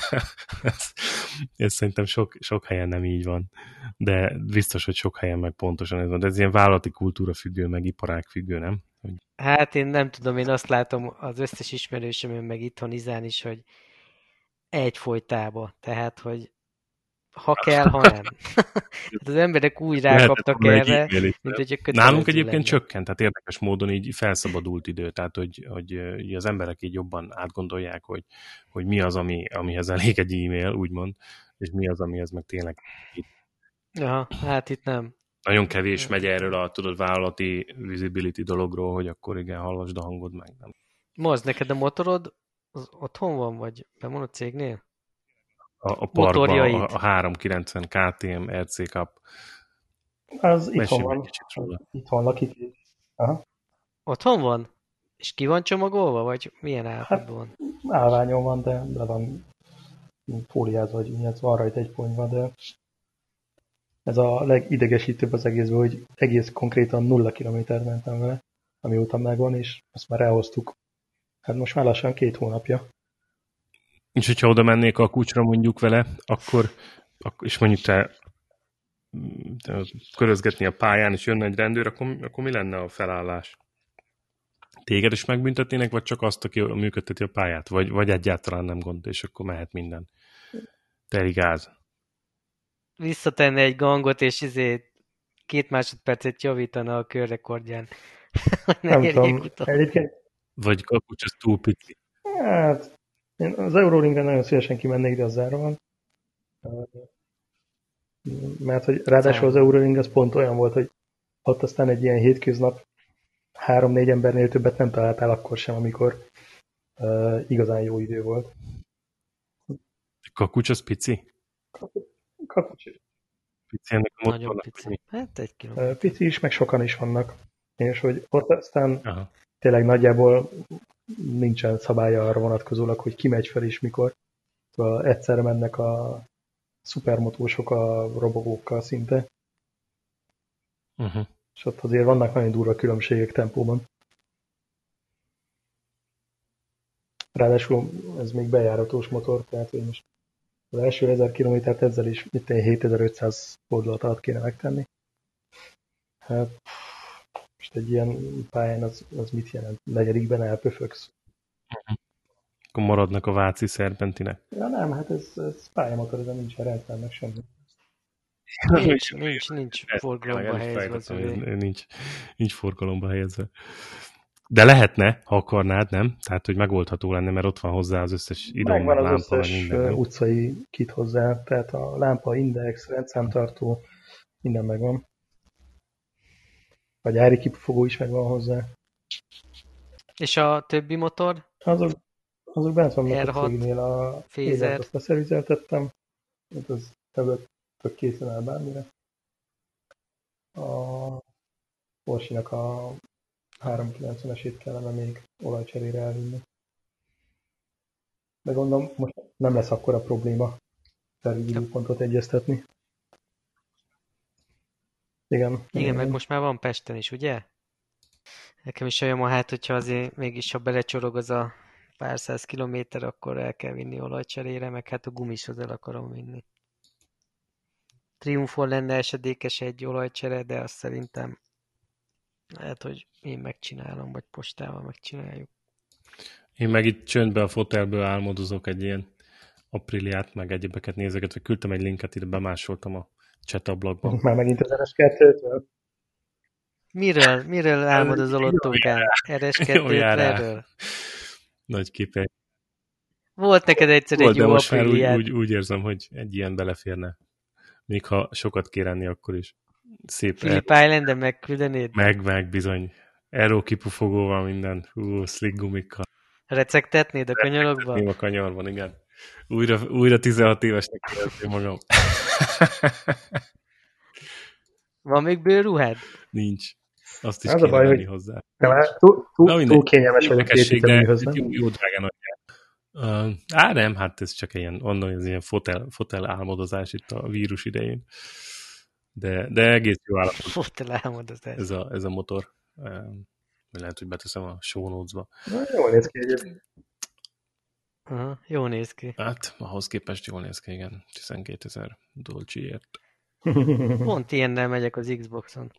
ez szerintem sok helyen nem így van. De biztos, hogy sok helyen meg pontosan ez van. De ez ilyen vállalati kultúra függő, meg iparág függő, nem? Hát én nem tudom, én azt látom az összes ismerősömön, meg itthon Izán is, hogy egyfolytában. Tehát, hogy ha kell, ha nem. Hát az emberek úgy rákaptak erre, mint hogy nálunk egyébként lenne. Csökkent, tehát érdekes módon így felszabadult idő, tehát hogy az emberek így jobban átgondolják, hogy mi az, amihez elég egy e-mail, úgymond, és mi az, amihez meg tényleg... Aha, hát itt nem. Nagyon kevés megy erről a vállalati visibility dologról, hogy akkor igen, hallasd a hangod meg. Nem. Most neked a motorod az otthon van, vagy ben van a cégnél? A parkban a 390 KTM RC Cup. Az itthon van. Itthon lakik. Aha. Otthon van? És ki van csomagolva, vagy milyen állapotban van? Állványon van, de le van fóliázva, vagy úgy, van rajta egy ponyva, de ez a legidegesítőbb az egészben, hogy egész konkrétan 0 kilométert mentem vele, amióta megvan, és azt már elhoztuk. Hát most már lassan 2 hónapja. És hogyha oda mennék a kucsra mondjuk vele, akkor és mondjuk te körözgetni a pályán, és jönne egy rendőr, akkor mi lenne a felállás? Téged is megbüntetnének, vagy csak azt, aki működteti a pályát? Vagy egyáltalán nem gond, és akkor mehet minden. Teli gáz. Visszatenne egy gangot, és 2 másodpercet javítana a körrekordján. Nem tudom. Vagy a kucs az túl pici. Hát, én az Euroringre nagyon szívesen kimennék, de az zárva van. Mert hogy ráadásul az Euroring az pont olyan volt, hogy ott aztán egy ilyen hétköznap 3-4 embernél többet nem találtál akkor sem, amikor igazán jó idő volt. Kakucs az pici? Kakucs Pici ennek a Nagyon motornak. pici. Hát 1 kilométer. pici is, meg sokan is vannak. És hogy ott aztán Aha. tényleg nagyjából nincsen szabálya arra vonatkozólag, hogy ki megy fel és mikor. Szóval egyszerre mennek a szupermotósok a robogókkal szinte. Uh-huh. És ott azért vannak nagyon durva különbségek tempóban. Ráadásul ez még bejáratós motor, tehát hogy most az első 1000 kilométert ezzel is 7500 fordulat alatt kéne megtenni. Hát most egy ilyen pályán az mit jelent? Negyedikben elpöfögsz. Akkor maradnak a váci szerpentinek. Ja nem, hát ez pályamotor, ez nincs rendszernek semmi. Nincs forgalomba helyezve az övé. Nincs forgalomba helyezve. De lehetne, ha akarnád, nem? Tehát, hogy megoldható lenne, mert ott van hozzá az összes idom, Megvan az lámpa, összes minden. Nem? utcai kit hozzá, tehát a lámpa, index, rendszámtartó, minden megvan. A gyári kipufogó is megvan hozzá. És a többi motor? Azok bent vannak a R6, cégnél, a Phaser. évet azt leszervizeltettem, az tök készen áll bármire. A Porsche-nak a 390-esét kellene még olajcserére elvinni. De gondolom, most nem lesz akkora probléma felügyelőpontot egyeztetni. Igen. Igen, meg most már van Pesten is, ugye? Nekem is olyan, hát, hogyha azért mégis, ha belecsorog az a pár száz kilométer, akkor el kell vinni olajcserére, meg hát a gumishoz el akarom vinni. Triumphon lenne esedékes egy olajcsere, de azt szerintem lehet, hogy én megcsinálom, vagy postával megcsináljuk. Én meg itt csöndben a fotelből álmodozok egy ilyen Apriliát, meg egyébeket nézegetve. Küldtem egy linket, ide bemásoltam a chat ablakban. Már megint az RS2-től? Miről álmodozol Ottókán? RS2-ről? Nagy képe. Volt neked egyszer egy jó most már Apriliád. úgy érzem, hogy egy ilyen beleférne. Még ha sokat kér enni, akkor is. Szép. Phillip Island-en megküldenéd? Meg bizony. Aero kipufogóval minden. Slick gumikkal. Recegtetnéd a kanyarokban? A kanyarban, igen. Újra 16 évesnek érezni magam. Van még bőrruhád? Nincs. Azt is Az a kéne baj, venni hogy hozzá. Túl kényelmes vagyok két műhöz, nem? Jó drágán adják. Nem, hát ez csak ez ilyen fotel álmodozás itt a vírus idején. De egész jó állapot. Fotel álmodozás. Ez a motor. Lehet, hogy beteszem a show notes-ba. Jól néz ki egyébként. Jól néz ki. Hát, ahhoz képest jól néz ki, igen. 12 000 dolcsiért. Pont ilyennel megyek az Xboxon.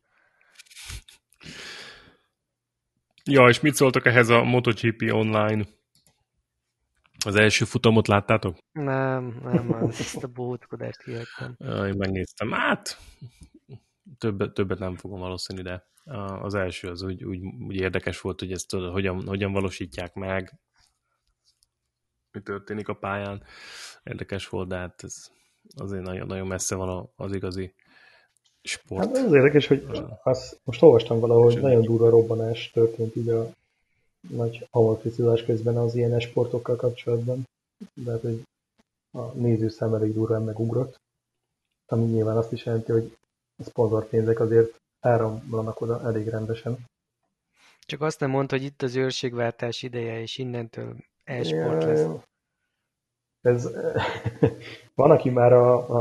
Ja, és mit szóltak ehhez a MotoGP Online? Az első futamot láttátok? Nem, ezt a bohóckodást kihagytam. Én megnéztem. Hát, többet nem fogom valószínű, de az első az úgy érdekes volt, hogy ezt hogyan valósítják meg, mi történik a pályán. Érdekes volt, de hát ez azért nagyon messze van az igazi sport. Hát az érdekes, hogy most olvastam valahol, hogy nagyon durva robbanás történt így a nagy amortizálás közben az ilyen sportokkal kapcsolatban. De hát, hogy a nézőszám elég durván megugrott. Ami nyilván azt is jelenti, hogy a szponzorpénzek azért áramlanak oda elég rendesen. Csak azt nem mondd, hogy itt az őrségváltás ideje, és innentől e-sport lesz. Van, aki már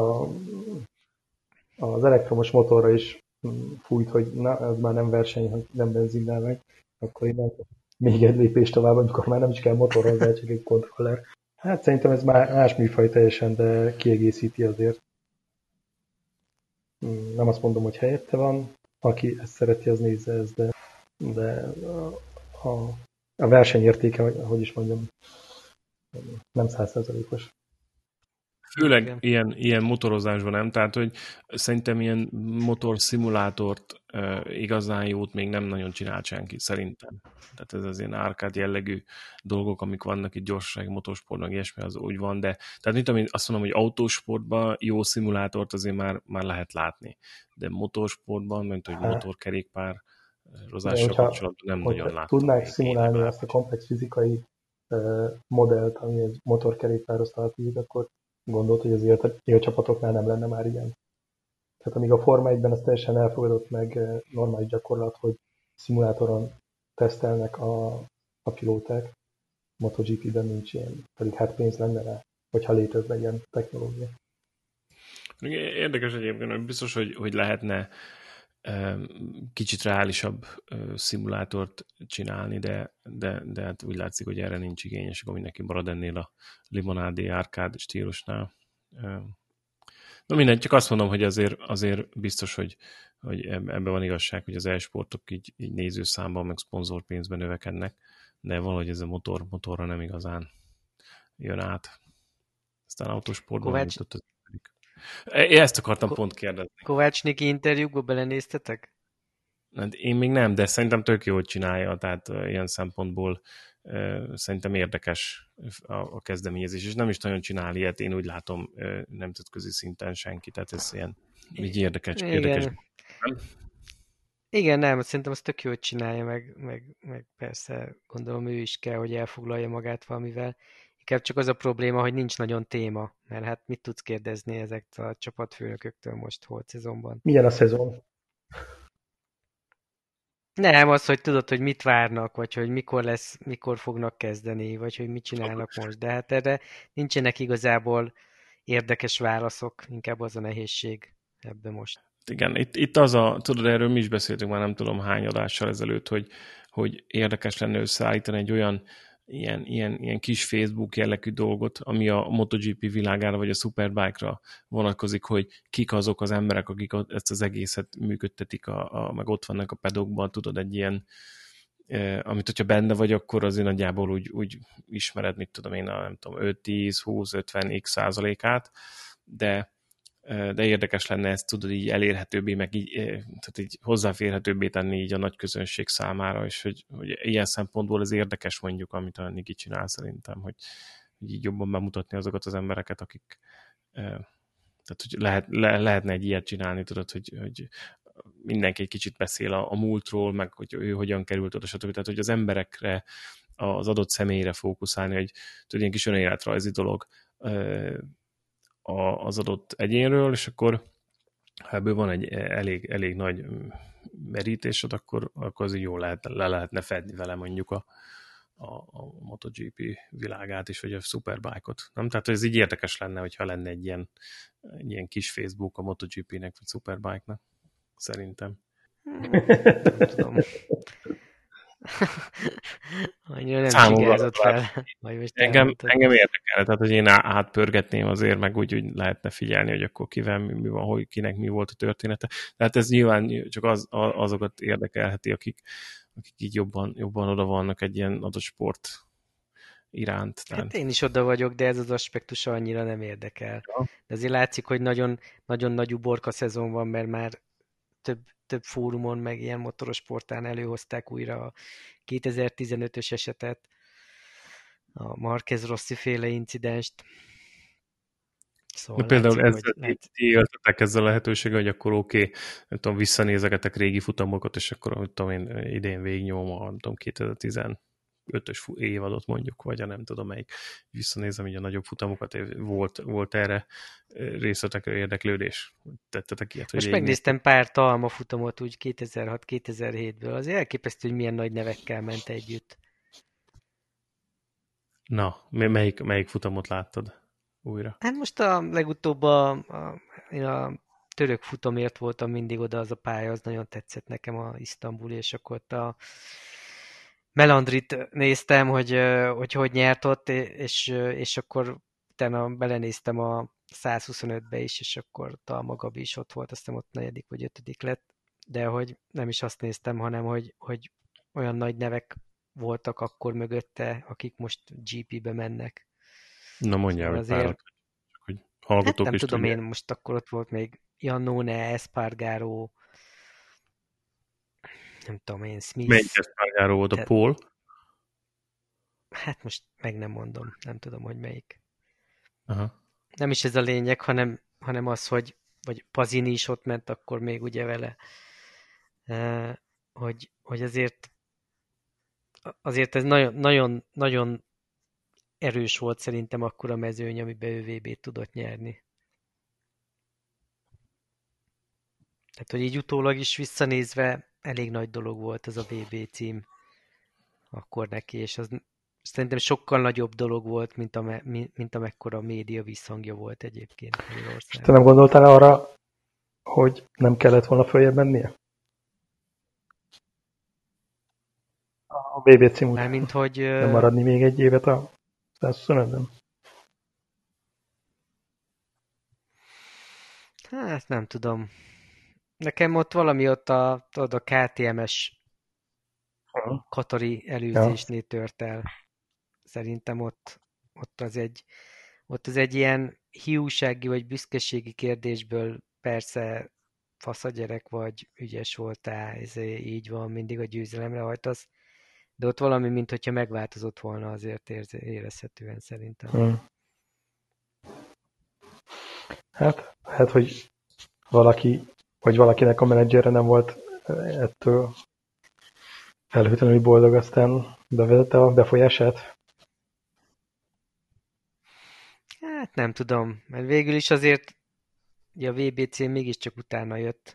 az elektromos motorra is fújt, hogy na, ez már nem verseny, hogy nem benzinnel megy, akkor innen még egy lépés tovább, amikor már nem is kell motor hozzá, csak egy kontroller. Hát szerintem ez már más műfaj teljesen, de kiegészíti azért. Nem azt mondom, hogy helyette van, aki ezt szereti, az nézze ezt, de a versenyértéke, hogy is mondjam, nem 100%-os. Főleg ilyen motorozásban nem, tehát hogy szerintem ilyen motorszimulátort igazán jót még nem nagyon csinált senki, szerintem. Tehát ez az ilyen arcade jellegű dolgok, amik vannak itt gyorsaság, motorsportban, ilyesmi, az úgy van, de tehát azt mondom, hogy autósportban jó szimulátort azért már lehet látni, de motorsportban, mint hogy motorkerékpár rozással kapcsolatban nem nagyon látom. Tudnák szimulálni azt a komplex fizikai modellt, ami egy motorkerékpáros találkozik, akkor gondolt, hogy az élcsapatoknál nem lenne már ilyen. Tehát amíg a Forma 1-ben ez teljesen elfogadott meg normális gyakorlat, hogy szimulátoron tesztelnek a pilóták, MotoGP-ben nincs ilyen, pedig hát pénz lenne rá, hogyha létezne ilyen technológia. Érdekes egyébként, hogy biztos, hogy lehetne kicsit reálisabb szimulátort csinálni, de hát úgy látszik, hogy erre nincs igény, és akkor mindenki marad ennél a limonádé árkád stílusnál. Na mindegy, csak azt mondom, hogy azért biztos, hogy ebben van igazság, hogy az e-sportok így nézőszámban, meg szponzorpénzben növekednek, de valahogy ez a motorra nem igazán jön át. Aztán autósportban jutott az. Én ezt akartam pont kérdezni. Kovácsniki interjúkba belenéztetek? Hát én még nem, de szerintem tök jól csinálja, tehát ilyen szempontból szerintem érdekes a kezdeményezés, és nem is nagyon csinál ilyet, én úgy látom nemzetközi szinten senki, tehát ez ilyen így érdekes. Igen, nem, szerintem azt tök jól csinálja, meg persze gondolom ő is kell, hogy elfoglalja magát valamivel. Inkább csak az a probléma, hogy nincs nagyon téma, mert hát mit tudsz kérdezni ezektől a csapatfőnököktől most holt szezonban? Milyen a szezon? Nem, az, hogy tudod, hogy mit várnak, vagy hogy mikor fognak kezdeni, vagy hogy mit csinálnak most, de hát erre nincsenek igazából érdekes válaszok, inkább az a nehézség ebben most. Igen, itt tudod, erről mi is beszéltünk már nem tudom hány adással ezelőtt, hogy érdekes lenne összeállítani egy olyan ilyen kis Facebook jellegű dolgot, ami a MotoGP világára vagy a Superbike-ra vonatkozik, hogy kik azok az emberek, akik ezt az egészet működtetik, meg ott vannak a pedokban, tudod, egy ilyen, amit hogyha benne vagy, akkor azért nagyjából úgy ismered, mit tudom én, nem tudom, 5, 10, 20, 50 x százalékát, de érdekes lenne ezt, tudod, így elérhetőbbé, meg tehát így hozzáférhetőbbé tenni így a nagy közönség számára, és hogy ilyen szempontból ez érdekes mondjuk, amit a Niki csinál szerintem, hogy így jobban bemutatni azokat az embereket, akik tehát, hogy lehetne egy ilyet csinálni, tudod, hogy mindenki egy kicsit beszél a múltról, meg hogy ő hogyan került oda, stb. Tehát, hogy az emberekre, az adott személyre fókuszálni, hogy tudod, ilyen kis önéletrajzi dolog az adott egyénről, és akkor ha ebből van egy elég nagy merítésed, akkor az így jól le lehetne fedni vele mondjuk a MotoGP világát is, vagy a Superbike-ot. Nem? Tehát ez így érdekes lenne, hogyha lenne egy ilyen kis Facebook a MotoGP-nek, vagy Superbike-nak. Szerintem. Nem tudom. Annyira nem csigázott fel. Engem érdekel, tehát hogy én átpörgetném azért, meg úgy lehetne figyelni, hogy akkor kivel mi van, hogy kinek mi volt a története. Tehát ez nyilván csak azokat érdekelheti, akik így jobban oda vannak egy ilyen adott sport iránt. Hát én is oda vagyok, de ez az aspektus annyira nem érdekel. De azért látszik, hogy nagyon, nagyon nagy uborka szezon van, mert már több fórumon, meg ilyen motoros portán előhozták újra a 2015-ös esetet, a Marquez Rossi féle incidenst. Szóval például éltetek ezzel a lehetőséggel, hogy akkor oké, nem tudom, visszanézegetek régi futamokat, és akkor, hogy tudom én, idén végignyomom a, nem tudom, 2015-ös évadot mondjuk, vagy a nem tudom melyik. Visszanézem így a nagyobb futamokat, volt erre részletekre érdeklődés? Tettetek ilyet? Most megnéztem pár Talma futamot úgy 2006-2007-ből. Azért elképesztő, hogy milyen nagy nevekkel ment együtt. Na, melyik futamot láttad újra? Hát most a legutóbb én a török futamért voltam mindig oda, az a pálya, az nagyon tetszett nekem, a Isztambul, és akkor ott a Melandrit néztem, hogy nyert ott, és akkor utána belenéztem a 125-be is, és akkor Talma Gabi is ott volt, aztán ott 4. vagy 5. lett, de hogy nem is azt néztem, hanem hogy olyan nagy nevek voltak akkor mögötte, akik most GP-be mennek. Na mondjál, hogy párat, hogy hallgatók hát nem is tudom tudják. én, most akkor ott volt még Iannone, Espargaro, nem tudom én, Smith. Melyik Espargaro volt, a Paul? Hát most meg nem mondom, nem tudom, hogy melyik. Aha. Nem is ez a lényeg, hanem az, hogy vagy Pazini is ott ment akkor még ugye vele, hogy azért ez nagyon, nagyon, nagyon erős volt szerintem akkor a mezőny, amiben ő VB-t tudott nyerni. Tehát, hogy így utólag is visszanézve elég nagy dolog volt ez a VB cím akkor neki, és az szerintem sokkal nagyobb dolog volt, mint amekkora a média visszhangja volt egyébként És te Magyarországon. nem gondoltál arra, hogy nem kellett volna följebb mennie? A BB cím után. Mármint, hogy Nem maradni még egy évet a 125-ben? hát nem tudom. Nekem ott valami ott a KTM-es Aha. katari Ja. előzésnél tört el. Szerintem ott az egy ilyen hiúsági vagy büszkeségi kérdésből persze fasz a gyerek vagy, ügyes voltál, ez így van, mindig a győzelemre hajtasz, de ott valami, mint hogyha megváltozott volna azért érezhetően szerintem. Hát, hogy valaki, vagy valakinek a menedzsere nem volt ettől felhőtlenül boldog, aztán bevezette a befolyását. Hát nem tudom, mert végül is azért ugye a VBC mégiscsak utána jött.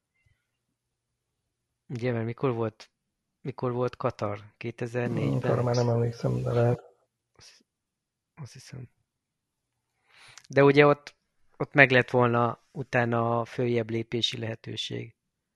Ugye, mert mikor volt Katar? Arra 2004-ben? már nem emlékszem, de lehet. Azt hiszem. De ugye ott meg lett volna utána a följebb lépési lehetőség.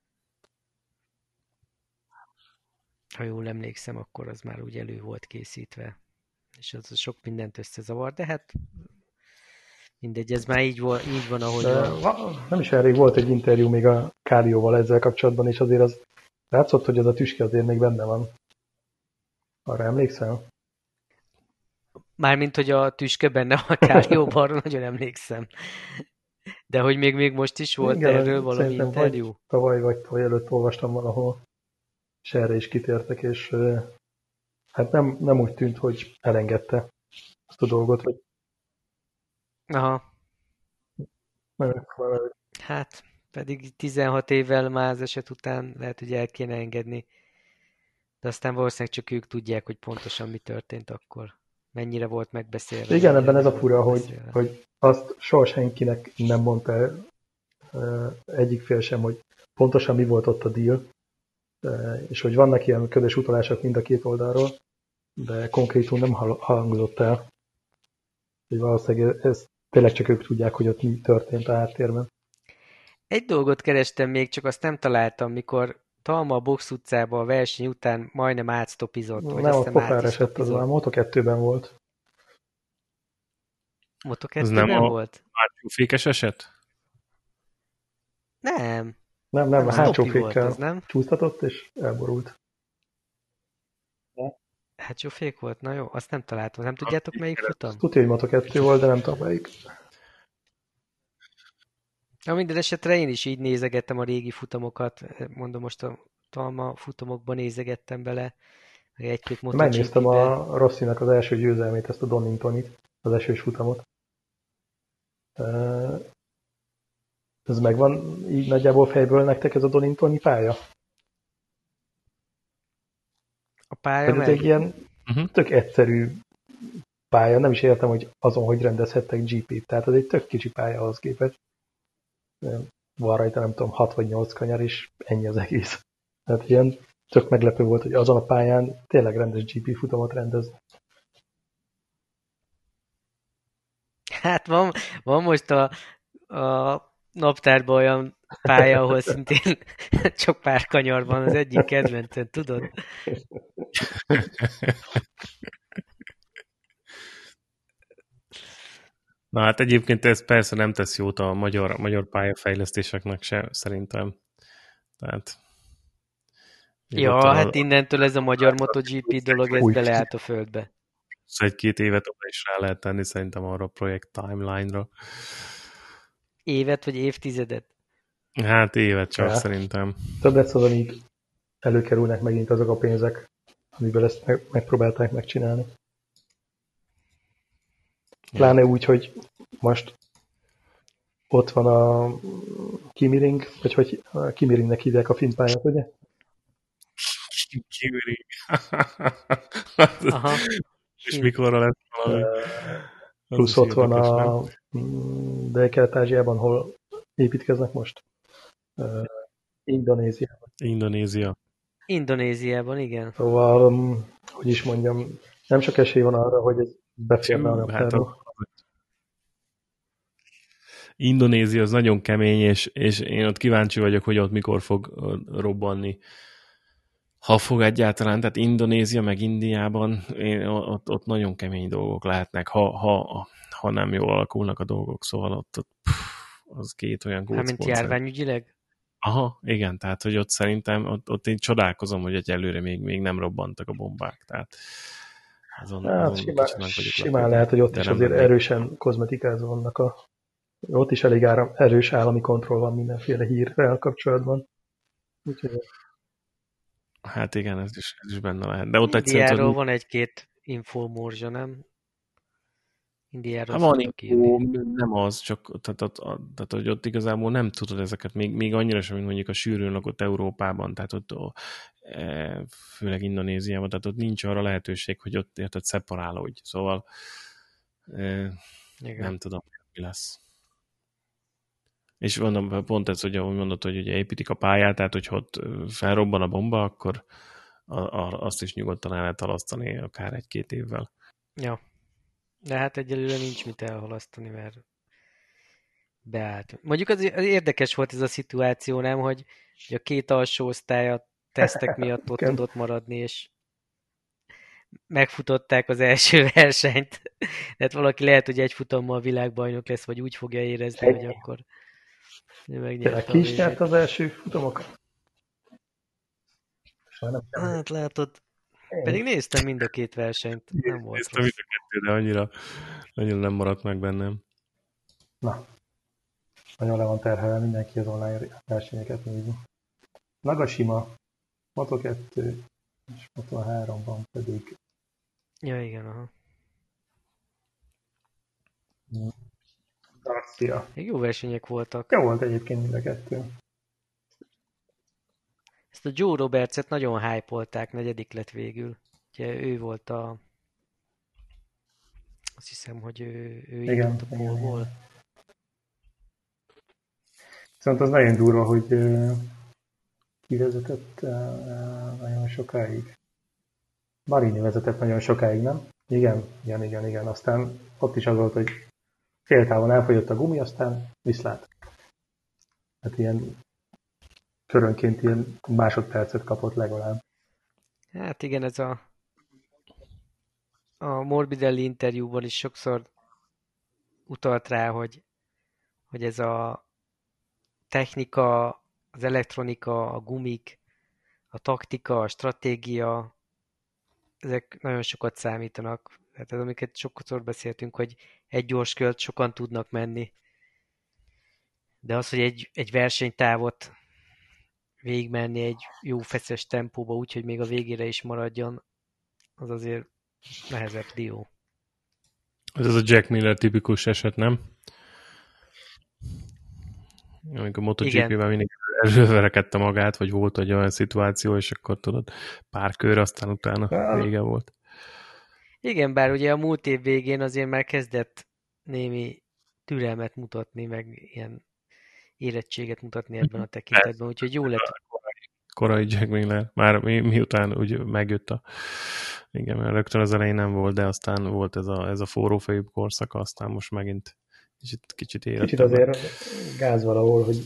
Ha jól emlékszem, akkor az már úgy elő volt készítve. És az sok mindent összezavar, de hát mindegy, ez már így van, ahogy De van. nem is elég volt egy interjú még a Kálióval ezzel kapcsolatban, és azért az látszott, hogy az a tüske azért még benne van. Arra emlékszel? Mármint, hogy a tüske benne a Kálióban, arra nagyon emlékszem. De hogy még most is volt Igen, erről valami szerintem interjú? vagy tavaly előtt olvastam valahol, és erre is kitértek, és hát nem úgy tűnt, hogy elengedte azt a dolgot, hogy Aha. nem, Hát, pedig 16 évvel már az eset után lehet, hogy el kéne engedni. De aztán valószínűleg csak ők tudják, hogy pontosan mi történt akkor. Mennyire volt megbeszélve. igen, mennyire ebben ez nem a volt fura, megbeszélve. hogy azt soha senkinek nem mondta el egyik fél sem, hogy pontosan mi volt ott a deal, és hogy vannak ilyen ködös utalások mind a két oldalról, de konkrétul nem hangzott el. Hogy valószínűleg ezt tényleg csak ők tudják, hogy ott mi történt a háttérben. Egy dolgot kerestem még, csak azt nem találtam, mikor Talma a box utcába a verseny után majdnem átsztopizott, vagy Nem, azt a hiszem át pofára is esett, az már stopizott. Moto2-ben volt. Ez nem Moto2-ben a volt? hátsó fékes eset? Nem. Nem, Nem, a a hátsó stopi volt az, fékkel nem? csúsztatott, és elborult. Hátsó fék volt? Na jó, azt nem találtam. Nem tudjátok melyik futam? Tudja, hogy Moto2 volt, de nem tudom melyik. Na minden esetre én is így nézegettem a régi futamokat. Mondom, most a Talma futamokban nézegettem bele, meg egy-két Megnéztem MotoGP-be. a Rossinak az első győzelmét, ezt a Doningtonit, az esős futamot. Ez megvan így nagyjából fejből nektek ez a Doningtoni pálya? A pálya Ez egy meg? ilyen tök egyszerű pálya, nem is értem, hogy azon, hogy rendezhettek GP-t, tehát ez egy tök kicsi pálya ahhoz képest. Van rajta, nem tudom, 6 vagy 8 kanyar, és ennyi az egész. Tehát ilyen tök meglepő volt, hogy azon a pályán tényleg rendes GP futamot rendez. Hát van most a naptárban olyan pálya, ahol szintén csak pár kanyar van, az egyik kedvencem, tudod? Na hát egyébként ez persze nem tesz jót a magyar pályafejlesztéseknek se, szerintem. Tehát Ja, hát innentől ez a magyar MotoGP dolog, ez Új. beleállt a földbe. egy-két évet oda is rá lehet tenni szerintem arra a projekt timeline-ra. Évet vagy évtizedet? Hát évet csak Ja. szerintem. Több lesz az, amíg előkerülnek megint azok a pénzek, amiből ezt megpróbálták megcsinálni. Pláne úgy, hogy most ott van a Kimiring, vagy hogy a Kimiringnek hívják a finn pályát, ugye? Kiveri. Aha. És mikorra lesz valami? Plusz ott van a Dél-Kelet-Ázsiában, hol építkeznek most. Indonéziában. Indonézia. Indonéziában, igen. Szóval, hogy is mondjam, nem sok esély van arra, hogy ez beférne a naptárba. Indonézia az nagyon kemény, és én ott kíváncsi vagyok, hogy ott mikor fog robbanni. Ha fog egyáltalán, tehát Indonézia meg Indiában, ott nagyon kemény dolgok lehetnek, ha nem jól alakulnak a dolgok, szóval ott az két olyan gócpont. Mint járványügyileg? Aha, igen, tehát hogy ott szerintem, ott én csodálkozom, hogy egyelőre még nem robbantak a bombák, tehát azon simán lehet, hogy ott is azért erősen kozmetikázva vannak ott is elég erős állami kontroll van mindenféle hírrel kapcsolatban. Úgyhogy... Hát igen, ez is benne lehet. De ott Indiáról van egy-két infomorzsa, nem? Indiáról van info, nem az, csak tehát, hogy ott igazából nem tudod ezeket, még annyira sem, mint mondjuk a sűrűn lakott Európában, tehát ott főleg Indonéziában, tehát ott nincs arra lehetőség, hogy ott érted szeparálódj. Szóval nem tudom, mi lesz. És mondom, pont ez, hogy ahogy mondod, hogy ugye építik a pályát, tehát hogyha ott felrobban a bomba, akkor azt is nyugodtan el lehet halasztani akár 1-2 évvel. Ja. De hát egyelőre nincs mit elhalasztani, mert beállt. Mondjuk az érdekes volt ez a szituáció, nem, hogy a két alsó osztály a tesztek miatt ott tudott maradni, és megfutották az első versenyt. Tehát valaki lehet, hogy egy futammal világbajnok lesz, vagy úgy fogja érezni, hogy akkor megnyerte. Ki is nyert az első futamokat? Hát látod, pedig néztem mind a két versenyt, nem volt néztem mind a kettő, de annyira nem maradt meg bennem. Na, nagyon le van terhelve mindenki az online versenyeket nézni. Nagashima, Moto2 és Moto3-ban pedig... Ja, igen, aha. Garcia. Még jó versenyek voltak. Jó volt egyébként mind a kettő. Ezt a Joe Robertset nagyon hype-olták, 4. lett végül. Ugye ő volt azt hiszem, hogy ő indult a pole-ból. Viszont az nagyon durva, hogy kivezetett nagyon sokáig. Marini vezetett nagyon sokáig, nem? Igen. Aztán ott is az volt, hogy féltávon elfogyott a gumi, aztán viszlát. Hát ilyen körönként ilyen másodpercet kapott legalább. Hát igen, ez a Morbidelli interjúban is sokszor utalt rá, hogy ez a technika, az elektronika, a gumik, a taktika, a stratégia, ezek nagyon sokat számítanak. Tehát ez, amiket sokszor beszéltünk, hogy egy gyors kört sokan tudnak menni. De az, hogy egy versenytávot végigmenni egy jó feszes tempóba, úgyhogy még a végére is maradjon, az azért nehezebb dió. Ez az a Jack Miller tipikus eset, nem? Amikor MotoGP-ben mindig előverekedte magát, vagy volt egy olyan szituáció, és akkor tudod, pár kör, aztán utána vége volt. Igen, bár ugye a múlt év végén azért már kezdett némi türelmet mutatni, meg ilyen érettséget mutatni ebben a tekintetben, úgyhogy jó lett. Korai Jack Miller, már miután úgy megjött igen, mert rögtön az elején nem volt, de aztán volt ez a forrófejűbb korszaka, aztán most megint kicsit érettebb. Kicsit azért gáz valahol, hogy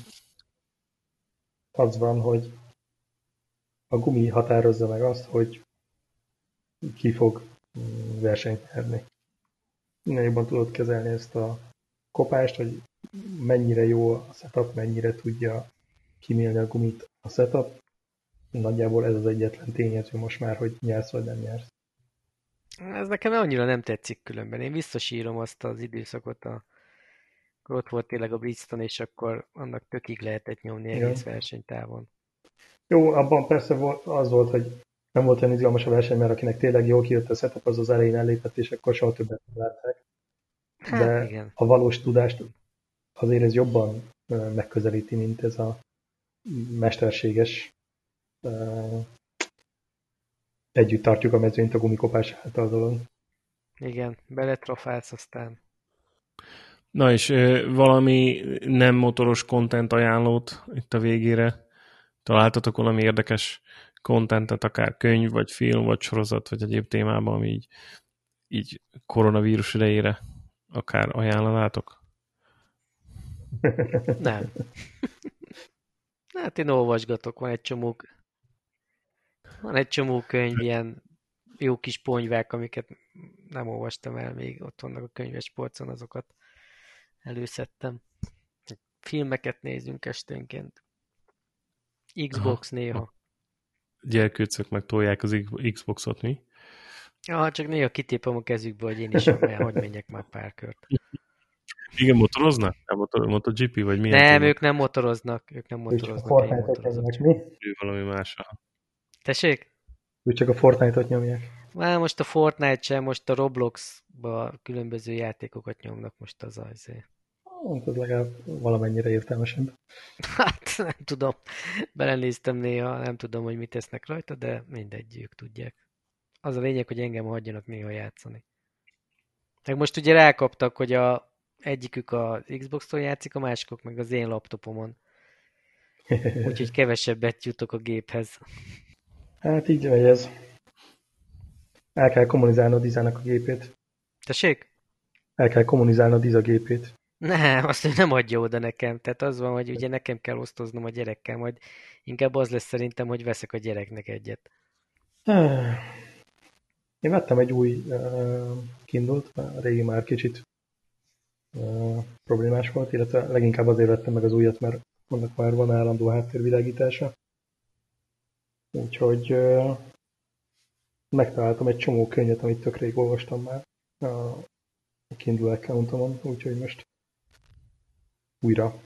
az van, hogy a gumi határozza meg azt, hogy ki fog versenyt nyerni. Minél jobban tudod kezelni ezt a kopást, hogy mennyire jó a setup, mennyire tudja kimélni a gumit a setup. Nagyjából ez az egyetlen tényező most már, hogy nyersz vagy nem nyersz. Ez nekem annyira nem tetszik különben. Én visszasírom azt az időszakot, akkor ott volt tényleg a Bridgestone, és akkor annak tökig lehetett nyomni egész versenytávon. Jó, abban persze az volt, hogy nem volt olyan izgalmas a verseny, mert akinek tényleg jól kijött a setup, az elején ellépett, és akkor soha többet nem látták. De igen. a valós tudást azért ez jobban megközelíti, mint ez a mesterséges együtt tartjuk a mezőnyt a gumikopás által dolog. Igen, beletrafálsz aztán. Na és valami nem motoros content ajánlót itt a végére? Találtatok valami érdekes contentet, akár könyv, vagy film, vagy sorozat, vagy egyéb témában, ami így koronavírus idejére akár ajánlanátok? Nem. Hát én olvasgatok, van egy csomó könyv, ilyen jó kis ponyvák, amiket nem olvastam el még, ott vannak a könyves polcon, azokat előszedtem. Filmeket nézünk esténként. Xbox Aha. néha. Gyerkőcök meg tolják az Xboxot, mi? Ja, csak néha kitépem a kezükbe, hogy én is hogy menjek már pár kört. Igen, motoroznak? MotoGP, vagy milyen Nem, téma? ők nem motoroznak. Ők nem Ő csak a motoroznak, én Fortnite-ot motorozok. nyomják, mi? Ő valami más. Tessék? Ő csak a Fortnite-ot nyomják. Már most a Fortnite sem, most a Roblox-ba különböző játékokat nyomnak most az azért. Hát ez legalább valamennyire értelmesebb. Hát nem tudom, belenéztem néha, nem tudom, hogy mit tesznek rajta, de mindegy, ők tudják. Az a lényeg, hogy engem hagyjanak néha játszani. Meg most ugye rákaptak, hogy egyikük a Xbox-tól játszik, a másikok meg az én laptopomon. Úgyhogy kevesebbet jutok a géphez. Hát így megy ez. El kell kommunizálnod Izának a gépét. Tessék? El kell kommunizálnod Iza gépét. Nem, azt ő nem adja oda nekem. Tehát az van, hogy ugye nekem kell osztoznom a gyerekkel, majd inkább az lesz szerintem, hogy veszek a gyereknek egyet. Én vettem egy új Kindle-t, a régi már kicsit problémás volt, illetve leginkább azért vettem meg az újat, mert annak már van állandó háttérvilágítása. Úgyhogy megtaláltam egy csomó könyvet, amit tök rég olvastam már a Kindle accountomon, úgyhogy most újra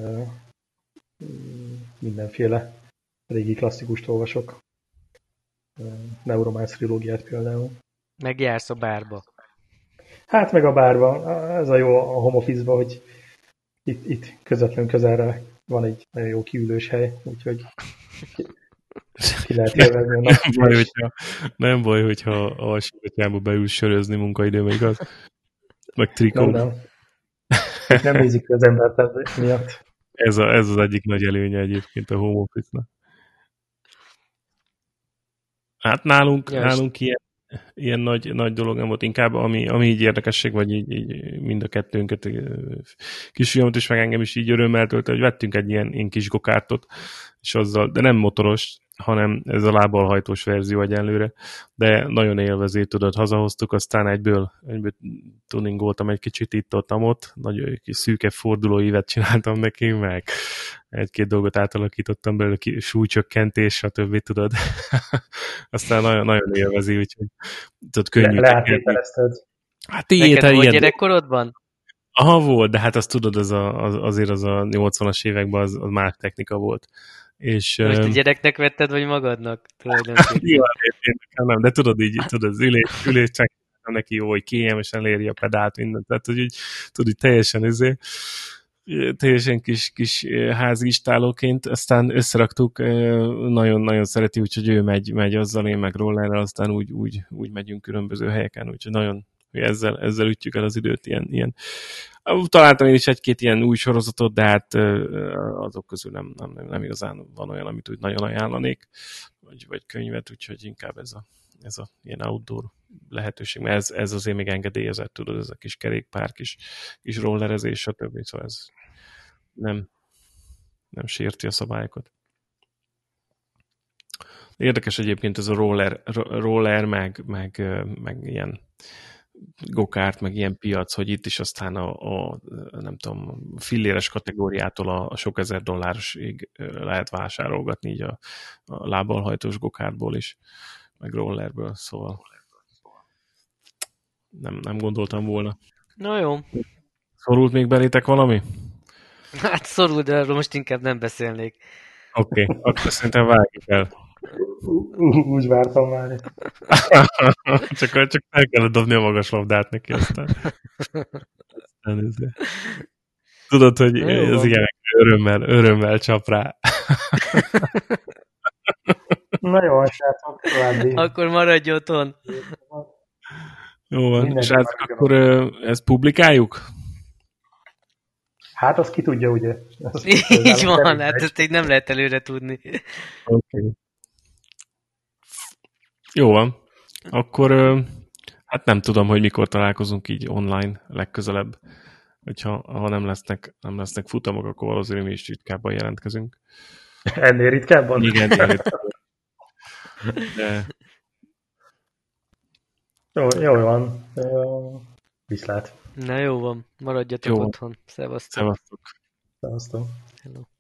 mindenféle régi klasszikust olvasok. Neuromancer trilógiát például. Megjársz a bárba. Hát meg a bárba, ez a jó a home office-ba, hogy itt közvetlen közelre van egy nagyon jó kiülős hely, úgyhogy ki lehet élvezni a nap. Nem baj, hogyha a alsógatyába beülsz sörözni munkaidőben, igaz? Meg trikó. Nem. Nem nézik ki az embert miatt. Ez az egyik nagy előnye egyébként a home office-nak. Hát nálunk ilyen nagy dolog nem volt. Inkább ami így érdekesség, vagy így mind a kettőnket, kisfiamat is, meg engem is így örömmel tölte, hogy vettünk egy ilyen kis gokártot, és azzal, de nem motoros, hanem ez a lábalhajtós verzió egyelőre, de nagyon élvező, tudod, hazahoztuk, aztán egyből tuningoltam egy kicsit itt-ott, nagyon kis szűkebb fordulóívet csináltam neki, meg egy-két dolgot átalakítottam belőle, súlycsökkentés, stb. Tudod. Aztán nagyon élvezi, úgyhogy tudod, könnyű. Leátételezted. Hát neked volt gyerekkorodban? Aha, volt, de hát azt tudod, azért az a 80-as években az más technika volt. És, most a gyereknek vetted, vagy magadnak? Jó, nem, de tudod így, az ülés csak neki jó, hogy kényelmesen léri a pedált, mindent. Tehát, hogy úgy, tudod, teljesen kis házi istálóként, aztán összeraktuk, nagyon-nagyon szereti, úgyhogy ő megy azzal, én meg rollerrel, aztán úgy megyünk különböző helyeken, úgyhogy nagyon ezzel ütjük el az időt, ilyen. Találtam én is egy-két ilyen új sorozatot, de hát azok közül nem igazán van olyan, amit úgy nagyon ajánlanék, vagy könyvet, úgyhogy inkább ez a ilyen outdoor lehetőség, mert ez azért még engedélyezett, tudod, ez a kis kerékpár, kis rollerezés, stb. Szóval ez nem sérti a szabályokat. Érdekes egyébként ez a roller meg ilyen gokárt, meg ilyen piac, hogy itt is aztán a nem tudom, filléres kategóriától a sok ezer dollárosig lehet vásárolgatni így a lábalhajtós gokártból is, meg rollerből, szóval nem gondoltam volna. Na jó. Szorult még belétek valami? Hát szorult, de erről most inkább nem beszélnék. Oké, akkor szerintem vágjuk el. Úgy vártam már. csak el kellett dobni a magas labdát neki, aztán tudod, hogy jó, az ilyenek örömmel csap rá. Na jó, srácok, további. Akkor maradj otthon. Jó van. Mindenki Srácok, már akkor ezt publikáljuk? Hát azt ki tudja, ugye? Az, Így van, hát ezt így nem lehet előre tudni. Okay. Jó van. Akkor hát nem tudom, hogy mikor találkozunk így online legközelebb. Ha nem lesznek futamok, akkor valószínűleg mi is ritkábban jelentkezünk. Ennél ritkábban? Igen, ritkábban. De... Jó van. Viszlát. Na jó van, maradjatok Jó. otthon. Szevasztok. Szevasztok. Szevasztok. Hello.